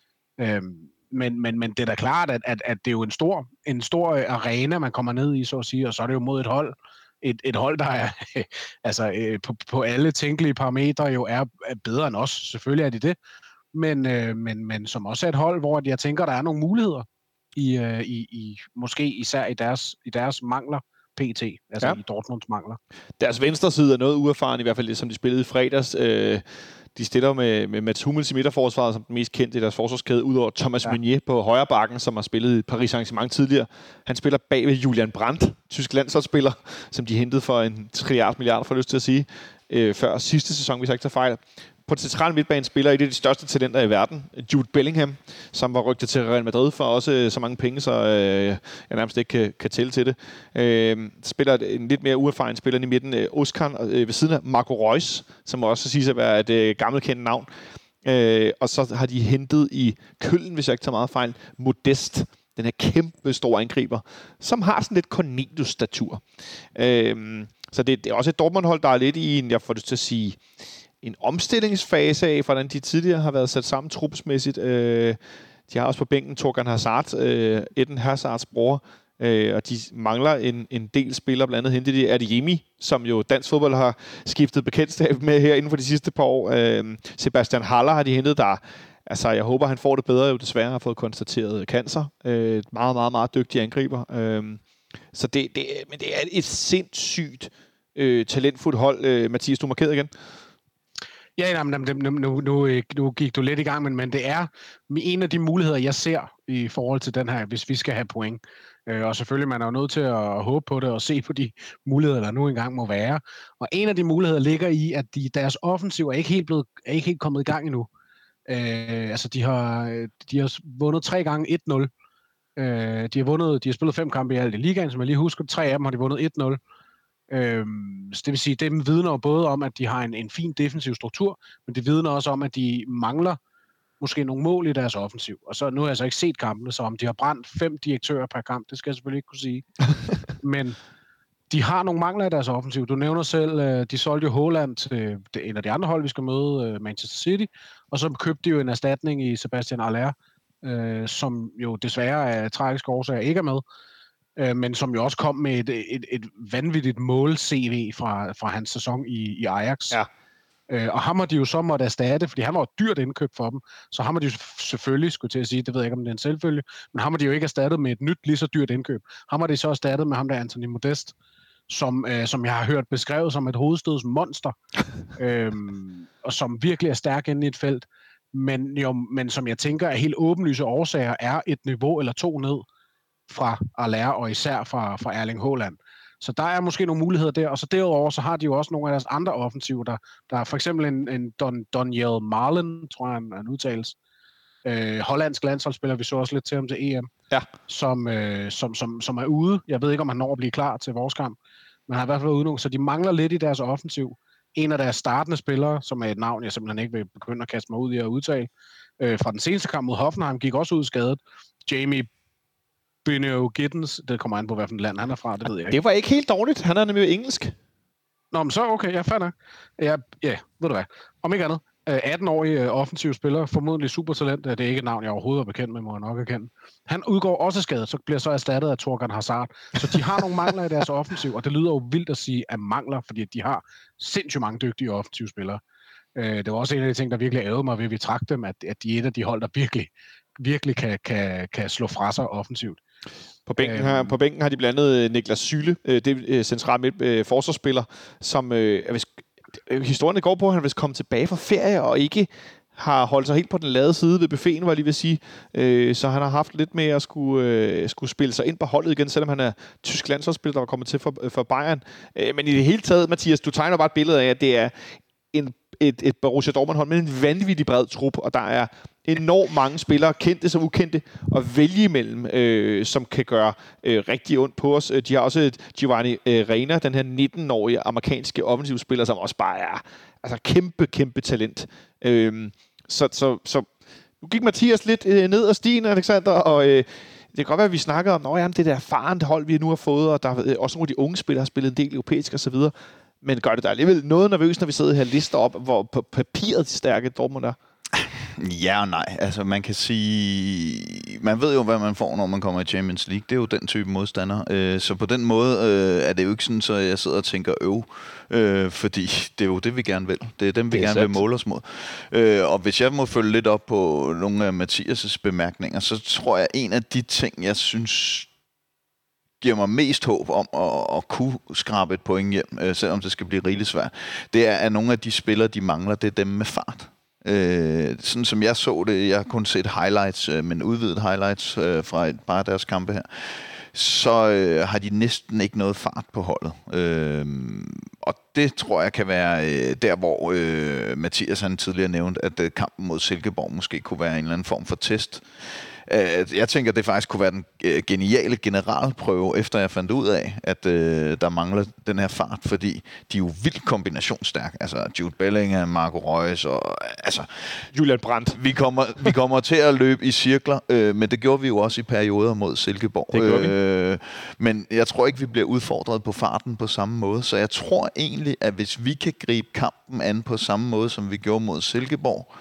Øhm, men, men, men det er da klart, at, at, at det er jo en stor, en stor arena, man kommer ned i, så at sige, og så er det jo mod et hold, et, et hold, der er altså, øh, på, på alle tænkelige parametre jo er, er bedre end os. Selvfølgelig er de det, men, øh, men, men som også er et hold, hvor jeg tænker, der er nogle muligheder, i, øh, i, i, måske især i deres, i deres mangler, P T, altså ja. I Dortmunds mangler. Deres venstre side er noget uerfaren, i hvert fald det, som de spillede i fredags. Øh, de stiller med, med Mats Hummels i midterforsvaret som den mest kendte i deres forsvarskæde, udover Thomas ja. Meunier på højre bakken, som har spillet i Paris Saint-Germain tidligere. Han spiller bag ved Julian Brandt, tysk landsholdsspiller, som de hentede for en trilliard milliarder, for lyst til at sige, øh, før sidste sæson, hvis jeg ikke tager fejl. På den centrale midtbane spiller et af de største talenter i verden, Jude Bellingham, som var rygtet til Real Madrid for også så mange penge, så øh, jeg nærmest ikke kan, kan tælle til det. Øh, spiller en lidt mere uerfaren spiller i midten, øh, Oscar, øh, ved siden af Marco Reus, som også siges at være et øh, gammelt kendt navn. Øh, og så har de hentet i Køln, hvis jeg ikke tager meget fejl, Modest, den her kæmpe store angriber, som har sådan lidt Cornelius-statur. Øh, så det, det er også et Dortmund-hold, der er lidt i en, jeg får lyst til at sige, en omstillingsfase af, hvordan de tidligere har været sat sammen trupsmæssigt. Øh, de har også på bænken Torgan Hazard, øh, Eden Hazards bror, øh, og de mangler en, en del spillere, blandt andet hentede de Adeyemi, som jo dansk fodbold har skiftet bekendtskab med her inden for de sidste par år. Øh, Sebastian Haller har de hentet, der, altså jeg håber, han får det bedre, jo desværre har fået konstateret cancer. Øh, meget, meget, meget dygtig angriber. Øh, så det, det, men det er et sindssygt øh, talentfuldt hold. Øh, Mathias, du er markeret igen. Ja, nu, nu, nu, nu gik du lidt i gang, men, men det er en af de muligheder, jeg ser i forhold til den her, hvis vi skal have point. Øh, og selvfølgelig, man er jo nødt til at håbe på det og se på de muligheder, der nu engang må være. Og en af de muligheder ligger i, at de, deres offensiv er ikke helt, blevet, er ikke helt kommet i gang endnu. Øh, altså, de har, de har vundet tre gange et nul. Øh, de har vundet, de har spillet fem kampe i alt i ligaen, som jeg lige husker. Tre af dem har de vundet et nul. Øhm, så det vil sige, det vidner jo både om, at de har en, en fin defensiv struktur, men det vidner også om, at de mangler måske nogle mål i deres offensiv. Og så nu har jeg så ikke set kampene, så om de har brændt fem direktører per kamp, det skal jeg selvfølgelig ikke kunne sige. Men de har nogle mangler i deres offensiv. Du nævner selv, de solgte jo Haaland til en af de andre hold, vi skal møde, Manchester City, og så købte de jo en erstatning i Sebastian Haller, øh, som jo desværre af tragiske årsager ikke er med. øh, men som jo også kom med et, et, et vanvittigt mål-C V fra, fra hans sæson i, i Ajax. Ja. Øh, og ham har de jo så måtte erstatte, fordi han var et dyrt indkøb for dem, så ham har de jo selvfølgelig, skulle til at sige, det ved jeg ikke, om det er en selvfølge, men ham har de jo ikke erstattet med et nyt, lige så dyrt indkøb. Ham har de så erstattet med ham der Anthony Modeste, som, øh, som jeg har hørt beskrevet som et hovedstødsmonster, øhm, og som virkelig er stærk inde i et felt, men, jo, men som jeg tænker af helt åbenlyse årsager er et niveau eller to ned fra Aller og især fra, fra Erling Haaland. Så der er måske nogle muligheder der, og så derudover så har de jo også nogle af deres andre offensiver, der, der er for eksempel en, en Don, Daniel Marlen, tror jeg han, han udtales, øh, hollandsk landsholdsspiller, vi så også lidt til ham til E M, ja. som, øh, som, som, som er ude. Jeg ved ikke, om han når at blive klar til vores kamp, men han har i hvert fald været ude nogle, så de mangler lidt i deres offensiv. En af deres startende spillere, som er et navn, jeg simpelthen ikke vil begynde at kaste mig ud i at udtale, øh, fra den seneste kamp mod Hoffenheim, gik også ud skadet. Jamie Bino Giddens, det kommer an på, hvilken land han er fra, det ved jeg ikke. Det var ikke helt dårligt. Han er nemlig engelsk. Nå, men så okay, jeg fatter. Ja, ja, ved du hvad. Om ikke andet. atten-årig offensiv spiller, formodentlig supertalent. Det er ikke et navn, jeg overhovedet er bekendt med, må jeg nok erkende. Han udgår også skadet, så bliver så erstattet af Torgan Hazard. Så de har nogle mangler i deres offensiv, og det lyder jo vildt at sige, at mangler, fordi de har sindssygt mange dygtige offensive spillere. Det var også en af de ting, der virkelig ærede mig ved, at vi trak dem, at de er et af de hold, der virkelig, virkelig kan, kan, kan slå fra sig offensivt. På bænken, her, på bænken har de blandt andet Niklas Süle, det er central midt forsvarsspiller, som øh, hvis, historien går på, at han vil komme tilbage fra ferie og ikke har holdt sig helt på den lade side ved buffeten, var jeg lige ved at sige. Øh, så han har haft lidt med at skulle, øh, skulle spille sig ind på holdet igen, selvom han er tysk landsholdsspiller, der var kommet til for, for Bayern. Øh, men i det hele taget, Mathias, du tegner bare et billede af, at det er en, et, et Borussia Dortmund-hold med en vanvittig bred trup, og der er enormt mange spillere, kendte som ukendte, at vælge imellem, øh, som kan gøre øh, rigtig ondt på os. De har også et Giovanni øh, Reina, den her nitten-årige amerikanske offensivspiller, som også bare er altså kæmpe, kæmpe talent. Øh, så, så, så nu gik Mathias lidt øh, ned ad stigen, Alexander, og øh, det kan godt være, at vi snakker om, at det der erfarent hold, vi nu har fået, og der er også nogle af de unge spillere, har spillet en del europæisk og så videre. Men gør det der alligevel noget nervøst, når vi sidder her og lister op, hvor på papiret de stærke Dortmund er? Ja og nej. Altså, man kan sige... Man ved jo, hvad man får, når man kommer i Champions League. Det er jo den type modstander. Så på den måde er det jo ikke sådan, så jeg sidder og tænker øv. Fordi det er jo det, vi gerne vil. Det er dem, vi gerne sandt. vil måle os mod. Og hvis jeg må følge lidt op på nogle af Mathias' bemærkninger, så tror jeg, en af de ting, jeg synes giver mig mest håb om at, at kunne skrabe et point hjem, selvom det skal blive rigeligt svært, det er, at nogle af de spillere, de mangler, det er dem med fart. Øh, sådan som jeg så det, jeg har kun set highlights, øh, men udvidet highlights øh, fra et par af deres kampe her, så øh, har de næsten ikke noget fart på holdet. Øh, og det tror jeg kan være øh, der, hvor øh, Mathias han tidligere nævnte, at øh, kampen mod Silkeborg måske kunne være en eller anden form for test. Jeg tænker, at det faktisk kunne være den geniale generalprøve, efter jeg fandt ud af, at øh, der mangler den her fart, fordi de er jo vildt kombinationsstærke. Altså Jude Bellingham, Marco Reus og altså Julian Brandt. Vi kommer, vi kommer til at løbe i cirkler, øh, men det gjorde vi jo også i perioder mod Silkeborg. Det gjorde øh, vi. Men jeg tror ikke, vi bliver udfordret på farten på samme måde, så jeg tror egentlig, at hvis vi kan gribe kampen an på samme måde, som vi gjorde mod Silkeborg,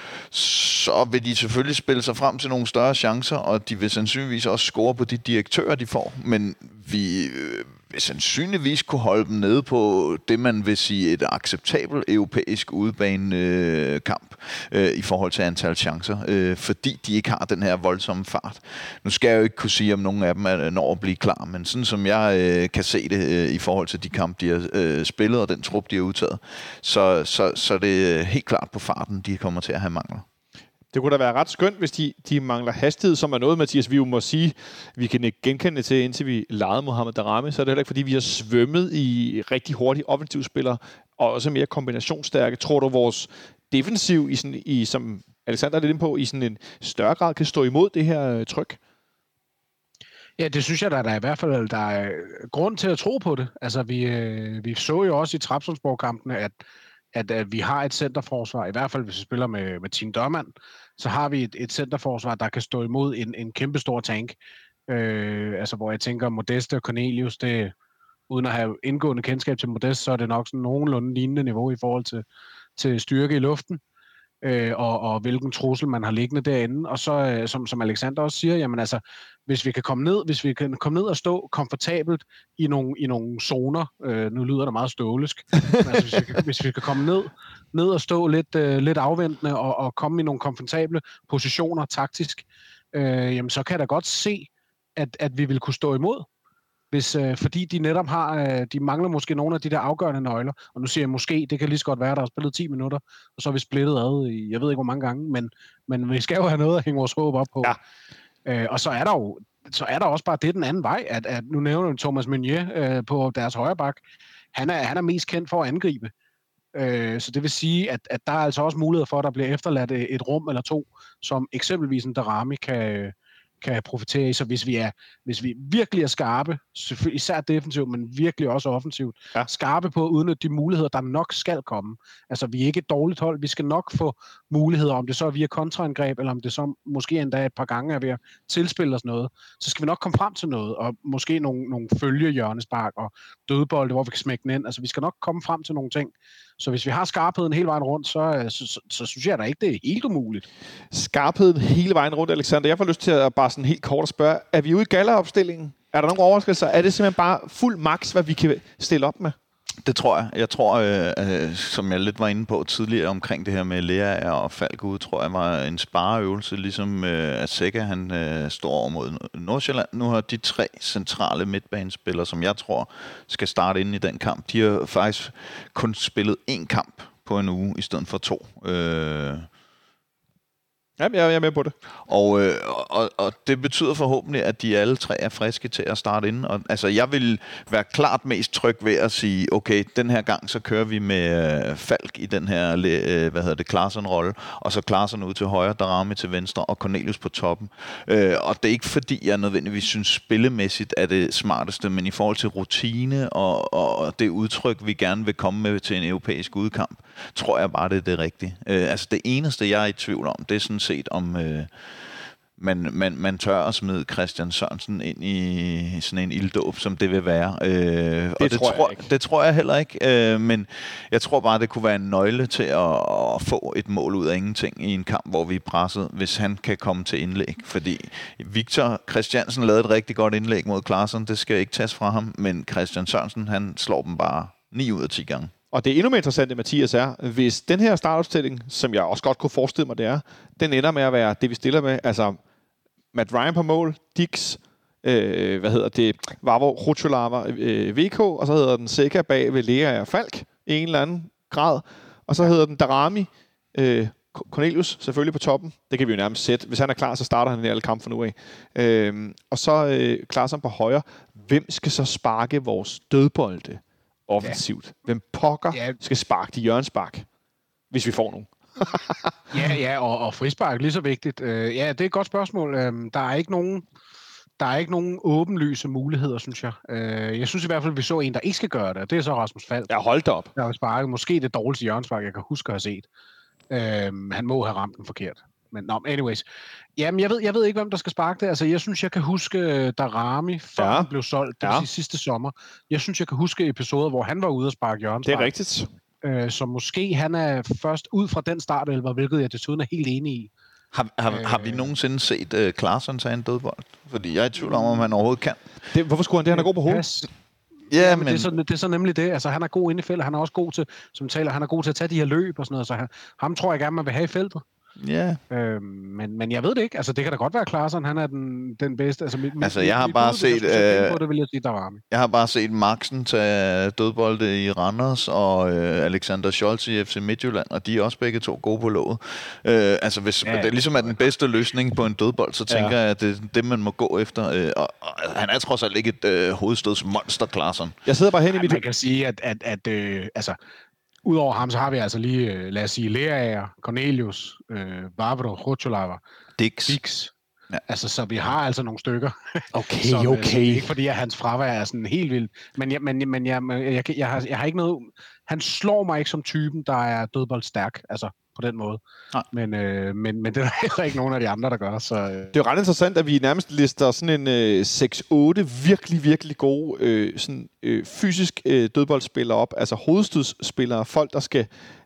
så vil de selvfølgelig spille sig frem til nogle større chancer, og de vil sandsynligvis også score på de direktører, de får. Men vi øh, vil sandsynligvis kunne holde dem nede på det, man vil sige et acceptabelt europæisk udebanekamp øh, øh, i forhold til antal chancer, øh, fordi de ikke har den her voldsomme fart. Nu skal jeg jo ikke kunne sige, om nogen af dem er når at blive klar, men sådan som jeg øh, kan se det øh, i forhold til de kampe, de har øh, spillet, og den trup, de har udtaget, så, så, så det er helt klart på farten, de kommer til at have mangler. Det kunne da være ret skønt, hvis de, de mangler hastighed, som er noget, Mathias, vi jo må sige, vi kan ikke genkende til, indtil vi legede Mohamed Daramy, så er det heller ikke, fordi vi har svømmet i rigtig hurtige offensivspillere, og også mere kombinationsstærke. Tror du, vores defensiv, i sådan, i, som Alexander er lidt inde på, i sådan en større grad kan stå imod det her øh, tryk? Ja, det synes jeg, der er i hvert fald der er grund til at tro på det. Altså, vi, øh, vi så jo også i Trabzonsborg-kampene, at At, at vi har et centerforsvar, i hvert fald hvis vi spiller med, med Team Dørmand, så har vi et, et centerforsvar, der kan stå imod en, en kæmpestor tank. Øh, altså hvor jeg tænker, Modeste og Cornelius, det, uden at have indgående kendskab til Modeste, så er det nok sådan nogenlunde lignende niveau i forhold til, til styrke i luften. øh, og, og hvilken trussel man har liggende derinde. Og så, øh, som, som Alexander også siger, jamen altså, hvis vi kan komme ned, hvis vi kan komme ned og stå komfortabelt i nogle, i nogle zoner, øh, nu lyder det meget stålisk, men altså, hvis, vi kan, hvis vi kan komme ned, ned og stå lidt, øh, lidt afventende og, og komme i nogle komfortable positioner taktisk, øh, jamen så kan jeg da godt se, at, at vi vil kunne stå imod. Hvis, øh, fordi de netop har, øh, de mangler måske nogle af de der afgørende nøgler, og nu siger jeg måske, det kan lige så godt være, der har spillet ti minutter, og så er vi splittet ad i, jeg ved ikke hvor mange gange, men, men vi skal jo have noget at hænge vores håb op på. Ja. Øh, og så er der jo, så er der også bare det den anden vej, at, at nu nævner Thomas Meunier øh, på deres højre bak, han er, han er mest kendt for at angribe. Øh, så det vil sige, at, at der er altså også mulighed for, at der bliver efterladt et rum eller to, som eksempelvis en Daramy kan, kan profitere i. Så hvis vi, er, hvis vi virkelig er skarpe, selvfølgelig især defensivt, men virkelig også offensivt, ja. skarpe på at udnytte de muligheder, der nok skal komme. Altså, vi er ikke et dårligt hold. Vi skal nok få muligheder, om det så er via kontraangreb, eller om det så måske endda et par gange er ved at tilspille os noget. Så skal vi nok komme frem til noget, og måske nogle, nogle følgehjørnespark og dødbolde, hvor vi kan smække den ind. Altså, vi skal nok komme frem til nogle ting. Så hvis vi har skarpheden hele vejen rundt, så, så, så, så synes jeg da ikke, det er helt umuligt. Skarpheden hele vejen rundt, Alexander. Jeg får lyst til at bare sådan helt kort at spørge, er vi ude i galleropstillingen? Er der nogle overraskelser? Er det simpelthen bare fuld max, hvad vi kan stille op med? Det tror jeg. Jeg tror, øh, øh, som jeg lidt var inde på tidligere omkring det her med Lea og Falk ude, tror jeg var en spareøvelse, ligesom øh, at Sækker, han øh, står over mod Nordsjælland. Nu har de tre centrale midtbanespillere, som jeg tror skal starte ind i den kamp, de har faktisk kun spillet én kamp på en uge i stedet for to. Øh, Ja, jeg er med på det. Og, øh, og, og det betyder forhåbentlig, at de alle tre er friske til at starte inden. Og, altså, jeg vil være klart mest tryg ved at sige, okay, den her gang, så kører vi med øh, Falk i den her, øh, hvad hedder det, Klaasen-rolle, og så Klaasen ud til højre, Daramy til venstre, og Cornelius på toppen. Øh, og det er ikke fordi, jeg nødvendigvis synes spillemæssigt er det smarteste, men i forhold til rutine og, og det udtryk, vi gerne vil komme med til en europæisk udkamp, tror jeg bare, det er det rigtige. Øh, altså, det eneste, jeg er i tvivl om, det er sådan set, om øh, man, man, man tør at smide Christian Sørensen ind i sådan en ilddåb, som det vil være. Øh, det, og det, tror tror, jeg ikke. det tror jeg heller ikke, øh, men jeg tror bare, det kunne være en nøgle til at, at få et mål ud af ingenting i en kamp, hvor vi er presset, hvis han kan komme til indlæg. Fordi Victor Christiansen lavede et rigtig godt indlæg mod Klaasen, det skal ikke tages fra ham, men Christian Sørensen, han slår dem bare ni ud af ti gange. Og det er endnu mere interessant, Mathias, er, hvis den her startopstilling, som jeg også godt kunne forestille mig, det er, den ender med at være det, vi stiller med. Altså, Matt Ryan på mål, Dix, øh, hvad hedder det, Vavro, Rucholava, øh, V K, og så hedder den Sækker bag ved Lea og Falk i en eller anden grad. Og så hedder den Daramy, øh, Cornelius selvfølgelig på toppen. Det kan vi jo nærmest sætte. Hvis han er klar, så starter han i alle kampe fra nu af. Øh, og så øh, Klaasen på højre. Hvem skal så sparke vores dødbolde offensivt? Ja. Hvem pokker ja. skal sparke de hjørnespark, hvis vi får nogen? ja, ja, og, og frispark lige så vigtigt. Uh, ja, det er et godt spørgsmål. Uh, der er ikke nogen, der er ikke nogen åbenlyse muligheder, synes jeg. Uh, jeg synes i hvert fald, at vi så en, der ikke skal gøre det, og det er så Rasmus Falk. Ja, hold da op. Der har sparket måske det dårligste hjørnespark, jeg kan huske at have set. Uh, han må have ramt den forkert. Men no, anyways. Jamen, jeg ved, jeg ved ikke, hvem der skal sparke det. Altså, jeg synes, jeg kan huske Daramy, før ja. han blev solgt, det vil ja. sige sidste sommer. Jeg synes, jeg kan huske episoder, hvor han var ude og sparke hjørnespark. Det er rigtigt. Øh, så måske han er først ud fra den startelver, hvilket jeg desuden er helt enig i. Har, har, øh, har vi nogensinde set uh, Klaasen tage en dødbold? Fordi jeg er i tvivl om, om han overhovedet kan. Det, hvorfor skulle han det? Han er god på hovedet. Yes. Ja, ja, men, men... Det, er så, det er så nemlig det. Altså, han er god inde i feltet. Han er også god til, som taler, han er god til at tage de her løb og sådan noget. Så han, ham tror jeg gerne, man vil have i feltet. Ja. Yeah. Øhm, men, men jeg ved det ikke. Altså, det kan da godt være Klaasen, han er den, den bedste. Altså, mit, altså mit, jeg har mit bare ud, set... Øh, på det, vil jeg sige, Daramy. Jeg har bare set Maxen tage dødbolde i Randers, og øh, Alexander Scholz i F C Midtjylland, og de er også begge to gode på låget. Øh, altså, hvis ja, det ligesom er den bedste løsning på en dødbold, så tænker ja. jeg, at det er det, man må gå efter. Øh, og, og han er trods alt ikke et øh, hovedstødsmonster, Klaasen. Jeg sidder bare hen i ja, mit... Man kan sige, at... at, at øh, altså, udover ham, så har vi altså lige, lad os sige, Lea, Cornelius, øh, Vavro, Rucholava, Dix. Dix. Ja. Altså, så vi har altså nogle stykker. Okay, som, okay. Ikke fordi, at hans fravær er sådan helt vildt. Men, jeg, men, men jeg, jeg, jeg, jeg, har, jeg har ikke noget... Han slår mig ikke som typen, der er dødboldstærk. Altså, på den måde. Men, øh, men, men det er der heller ikke nogen af de andre, der gør. Så, øh. Det er jo ret interessant, at vi nærmest lister sådan en øh, seks otte virkelig, virkelig gode øh, sådan, øh, fysisk øh, dødboldspillere op. Altså hovedstødsspillere. Folk, der skal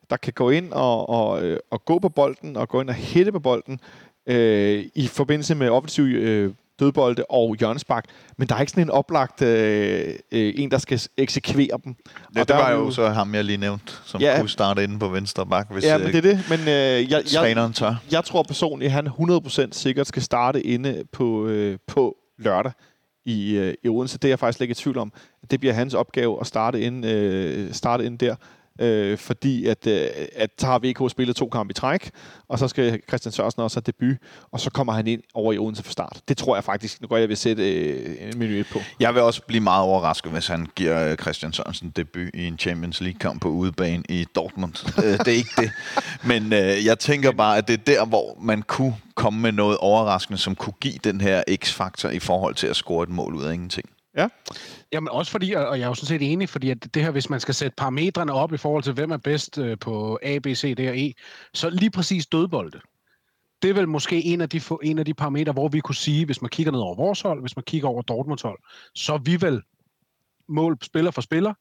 der kan gå ind og, og, øh, og gå på bolden, og gå ind og hætte på bolden, øh, i forbindelse med offensiv øh, dødbolde og hjørnespark, men der er ikke sådan en oplagt øh, øh, en, der skal eksekvere dem. Ja, og det var er jo så ham, jeg lige nævnte, som ja, kunne starte inde på venstre bak, hvis ja, men det er det. Men, øh, jeg, træneren tør. Jeg, jeg tror personligt, at han hundrede procent sikkert skal starte inde på, øh, på lørdag i, øh, i Odense. Det er jeg faktisk ikke i tvivl om. Det bliver hans opgave at starte ind, øh, starte ind der. Øh, fordi at, øh, at så har V K spillet to kampe i træk, og så skal Christian Sørensen også have debut, og så kommer han ind over i Odense for start. Det tror jeg faktisk, nu går jeg vil sætte øh, en minut på. Jeg vil også blive meget overrasket, hvis han giver Christian Sørensen debut i en Champions League-kamp på udebane i Dortmund. Det er ikke det. Men øh, jeg tænker bare, at det er der, hvor man kunne komme med noget overraskende, som kunne give den her x-faktor i forhold til at score et mål ud af ingenting. Ja. Jamen også fordi, og jeg er jo sådan set enig, fordi at det her, hvis man skal sætte parametrene op i forhold til, hvem er bedst på A, B, C, D og E, så lige præcis dødbolde. Det er vel måske en af de, en af de parametre, hvor vi kunne sige, hvis man kigger ned over vores hold, hvis man kigger over Dortmunds hold, så er vi vel mål spiller for spiller.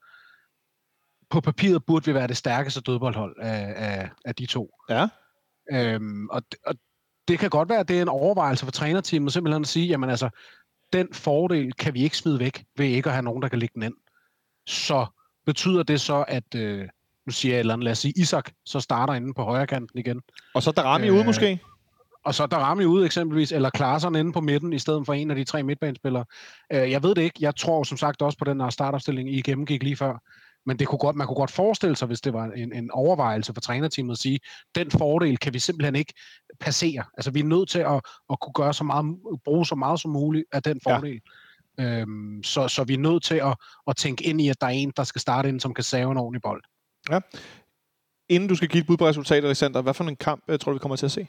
På papiret burde vi være det stærkeste dødboldhold af, af, af de to. Ja. Øhm, og, og det kan godt være, at det er en overvejelse for trænerteamet, simpelthen at sige, jamen altså, den fordel kan vi ikke smide væk ved ikke at have nogen, der kan lægge den ind. Så betyder det så, at, øh, nu siger jeg et eller andet, lad os sige, Isak så starter inde på højre kanten igen. Og så Darami øh, ude måske? Og så Darami ude eksempelvis, eller Klaarsson inde på midten, i stedet for en af de tre midtbanespillere. Øh, jeg ved det ikke. Jeg tror som sagt også på den her startopstilling, I gennemgik lige før. Men det kunne godt, man kunne godt forestille sig, hvis det var en, en overvejelse for trænerteamet at sige, den fordel kan vi simpelthen ikke passere. Altså vi er nødt til at, at kunne gøre så meget, bruge så meget som muligt af den fordel. Ja. Øhm, så, så vi er nødt til at, at tænke ind i, at der er en, der skal starte ind, som kan save en ordentlig bold. Ja. Inden du skal give et bud på resultater, Alexander, hvad for en kamp tror du, vi kommer til at se?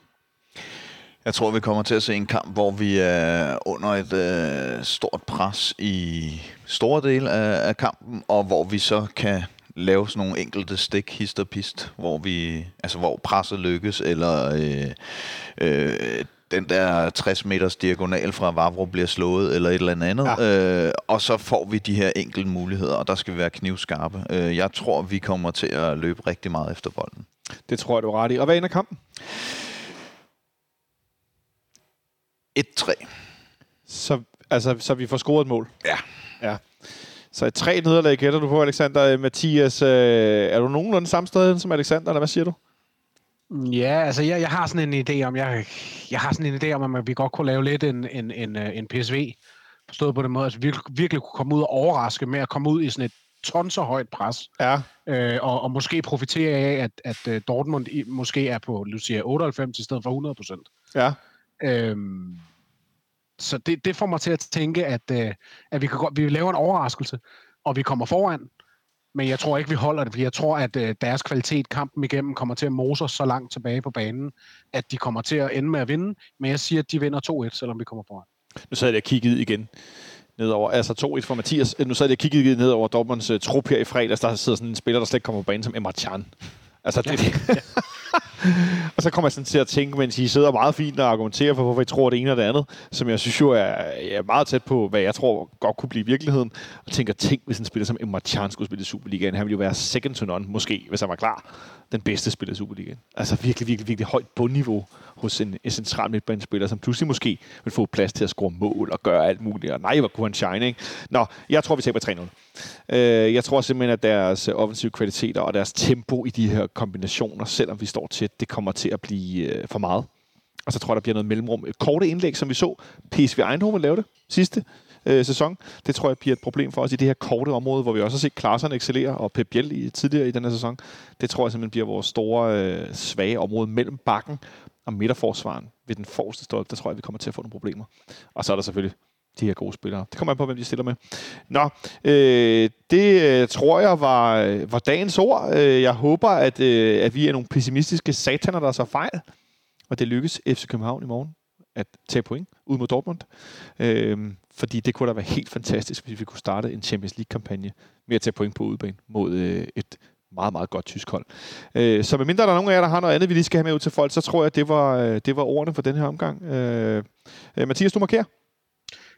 Jeg tror, vi kommer til at se en kamp, hvor vi er under et øh, stort pres i store dele af, af kampen, og hvor vi så kan lave sådan nogle enkelte stik, hist og pist, hvor vi, altså hvor presset lykkes, eller øh, øh, den der tres meters diagonal fra Vavro bliver slået, eller et eller andet. Ja. Øh, og så får vi de her enkelte muligheder, og der skal vi være knivskarpe. Øh, jeg tror, vi kommer til at løbe rigtig meget efter bolden. Det tror jeg, du er ret i. Og hvad ender kampen? et tre. Så, altså, så vi får scoret et mål? Ja. Ja. Så et tre nederlag gætter du på, Alexander. Mathias, øh, er du nogenlunde samme sted som Alexander, eller hvad siger du? Ja, altså jeg, jeg har sådan en idé om, jeg, jeg har sådan en idé om, at vi godt kunne lave lidt en, en, en, en P S V, forstået på den måde, altså vi virkelig kunne komme ud og overraske med at komme ud i sådan et tonser højt pres. Ja. Øh, og, og måske profitere af, at, at Dortmund i, måske er på, du siger, otteoghalvfems i stedet for hundrede procent. Ja. Øhm, så det, det får mig til at tænke, at, øh, at vi, kan godt, vi laver en overraskelse, og vi kommer foran, men jeg tror ikke, vi holder det, fordi jeg tror, at øh, deres kvalitet kampen igennem kommer til at mose os så langt tilbage på banen, at de kommer til at ende med at vinde, men jeg siger, at de vinder to et, selvom vi kommer foran. Nu sad jeg og kiggede igen nedover, altså to et for Mathias. Nu sad jeg og kiggede ned over Dortmunds uh, trup her i fredags, der sidder sådan en spiller, der slet ikke kommer på banen, som Emre Can. Altså, det, ja. Og så kommer jeg sådan til at tænke, mens I sidder meget fint og argumenterer for, hvorfor I tror det ene og det andet, som jeg synes jo er, er meget tæt på, hvad jeg tror godt kunne blive virkeligheden. Og tænker, tænk, hvis en spiller som Emre Can skulle spille i Superligaen. Han ville jo være second to none, måske, hvis han var klar. Den bedste spiller i Superligaen. Altså virkelig, virkelig, virkelig højt bundniveau hos en, en central midtbanespiller, som pludselig måske vil få plads til at score mål og gøre alt muligt. Og nej, hvor kunne han shine, ikke? Nå, jeg tror, vi taber tre nul. Uh, jeg tror simpelthen, at deres offensive kvaliteter og deres tempo i de her kombinationer, selvom vi står til, det kommer til at blive uh, for meget. Og så tror jeg, der bliver noget mellemrum. Et korte indlæg, som vi så P S V Eindhoven lave det sidste uh, sæson. Det tror jeg bliver et problem for os i det her korte område, hvor vi også har set Klaarsson excellere og Pep Biel i, tidligere i den her sæson. Det tror jeg simpelthen bliver vores store uh, svage område mellem bakken og midterforsvaren ved den forreste stolpe. Der tror jeg, vi kommer til at få nogle problemer. Og så er der selvfølgelig de her gode spillere. Det kommer an på, hvem de stiller med. Nå, øh, det øh, tror jeg var, var dagens ord. Øh, jeg håber, at, øh, at vi er nogle pessimistiske sataner, der så fejl. Og det lykkes F C København i morgen at tage point ud mod Dortmund. Øh, fordi det kunne da være helt fantastisk, hvis vi kunne starte en Champions League-kampagne med at tage point på udebane mod øh, et meget, meget godt tysk hold. Øh, så medmindre der er nogen af jer, der har noget andet, vi lige skal have med ud til folk, så tror jeg, at det var, det var ordene for den her omgang. Øh, øh, Mathias, du markerer.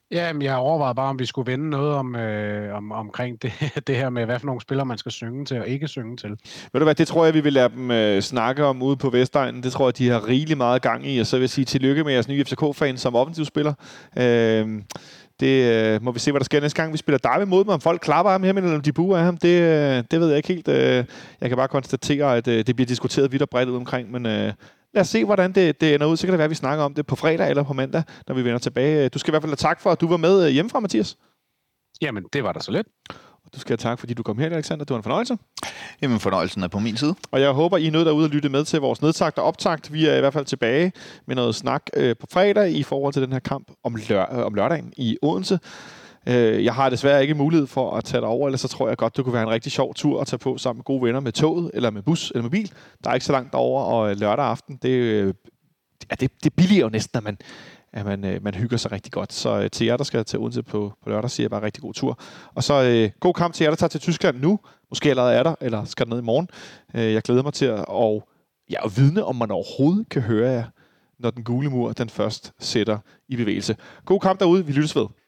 Ja, men jeg overvejede bare, om vi skulle vende noget om, øh, om, omkring det, det her med, hvad for nogle spillere man skal synge til og ikke synge til. Ved du hvad, det tror jeg, vi vil lade dem øh, snakke om ude på Vestegnen. Det tror jeg, de har rigeligt meget gang i, og så vil jeg sige tillykke med jeres nye F C K-fan som offensivspiller. Øh, det øh, må vi se, hvad der sker næste gang. Vi spiller Derby mod dem, om folk klapper ham her, eller om de buer af ham. Det, øh, det ved jeg ikke helt. Øh, jeg kan bare konstatere, at øh, det bliver diskuteret vidt og bredt ud omkring, men... Øh, Lad os se, hvordan det, det ender ud. Så kan det være, at vi snakker om det på fredag eller på mandag, når vi vender tilbage. Du skal i hvert fald have tak for, at du var med hjemmefra, Mathias. Jamen, det var da så lidt. Og du skal have tak, fordi du kom her, Alexander. Det var en fornøjelse. Jamen, fornøjelsen er på min side. Og jeg håber, I er nødt derude at lytte med til vores nedtagt og optagt. Vi er i hvert fald tilbage med noget snak øh, på fredag i forhold til den her kamp om, lør- om lørdagen i Odense. Jeg har desværre ikke mulighed for at tage dig over, ellers så tror jeg godt, det kunne være en rigtig sjov tur at tage på sammen med gode venner med toget, eller med bus, eller med bil. Der er ikke så langt derover, og lørdag aften, det, ja, det, det billiger jo næsten, at man, at man, man hygger sig rigtig godt. Så til jer, der skal til Odense på, på lørdag, siger jeg bare rigtig god tur. Og så øh, god kamp til jer, der tager til Tyskland nu. Måske allerede er der, eller skal ned i morgen. Jeg glæder mig til at og, ja, at vidne, om man overhovedet kan høre jer, når den gule mur den først sætter i bevægelse. God kamp derude, vi lyttes ved.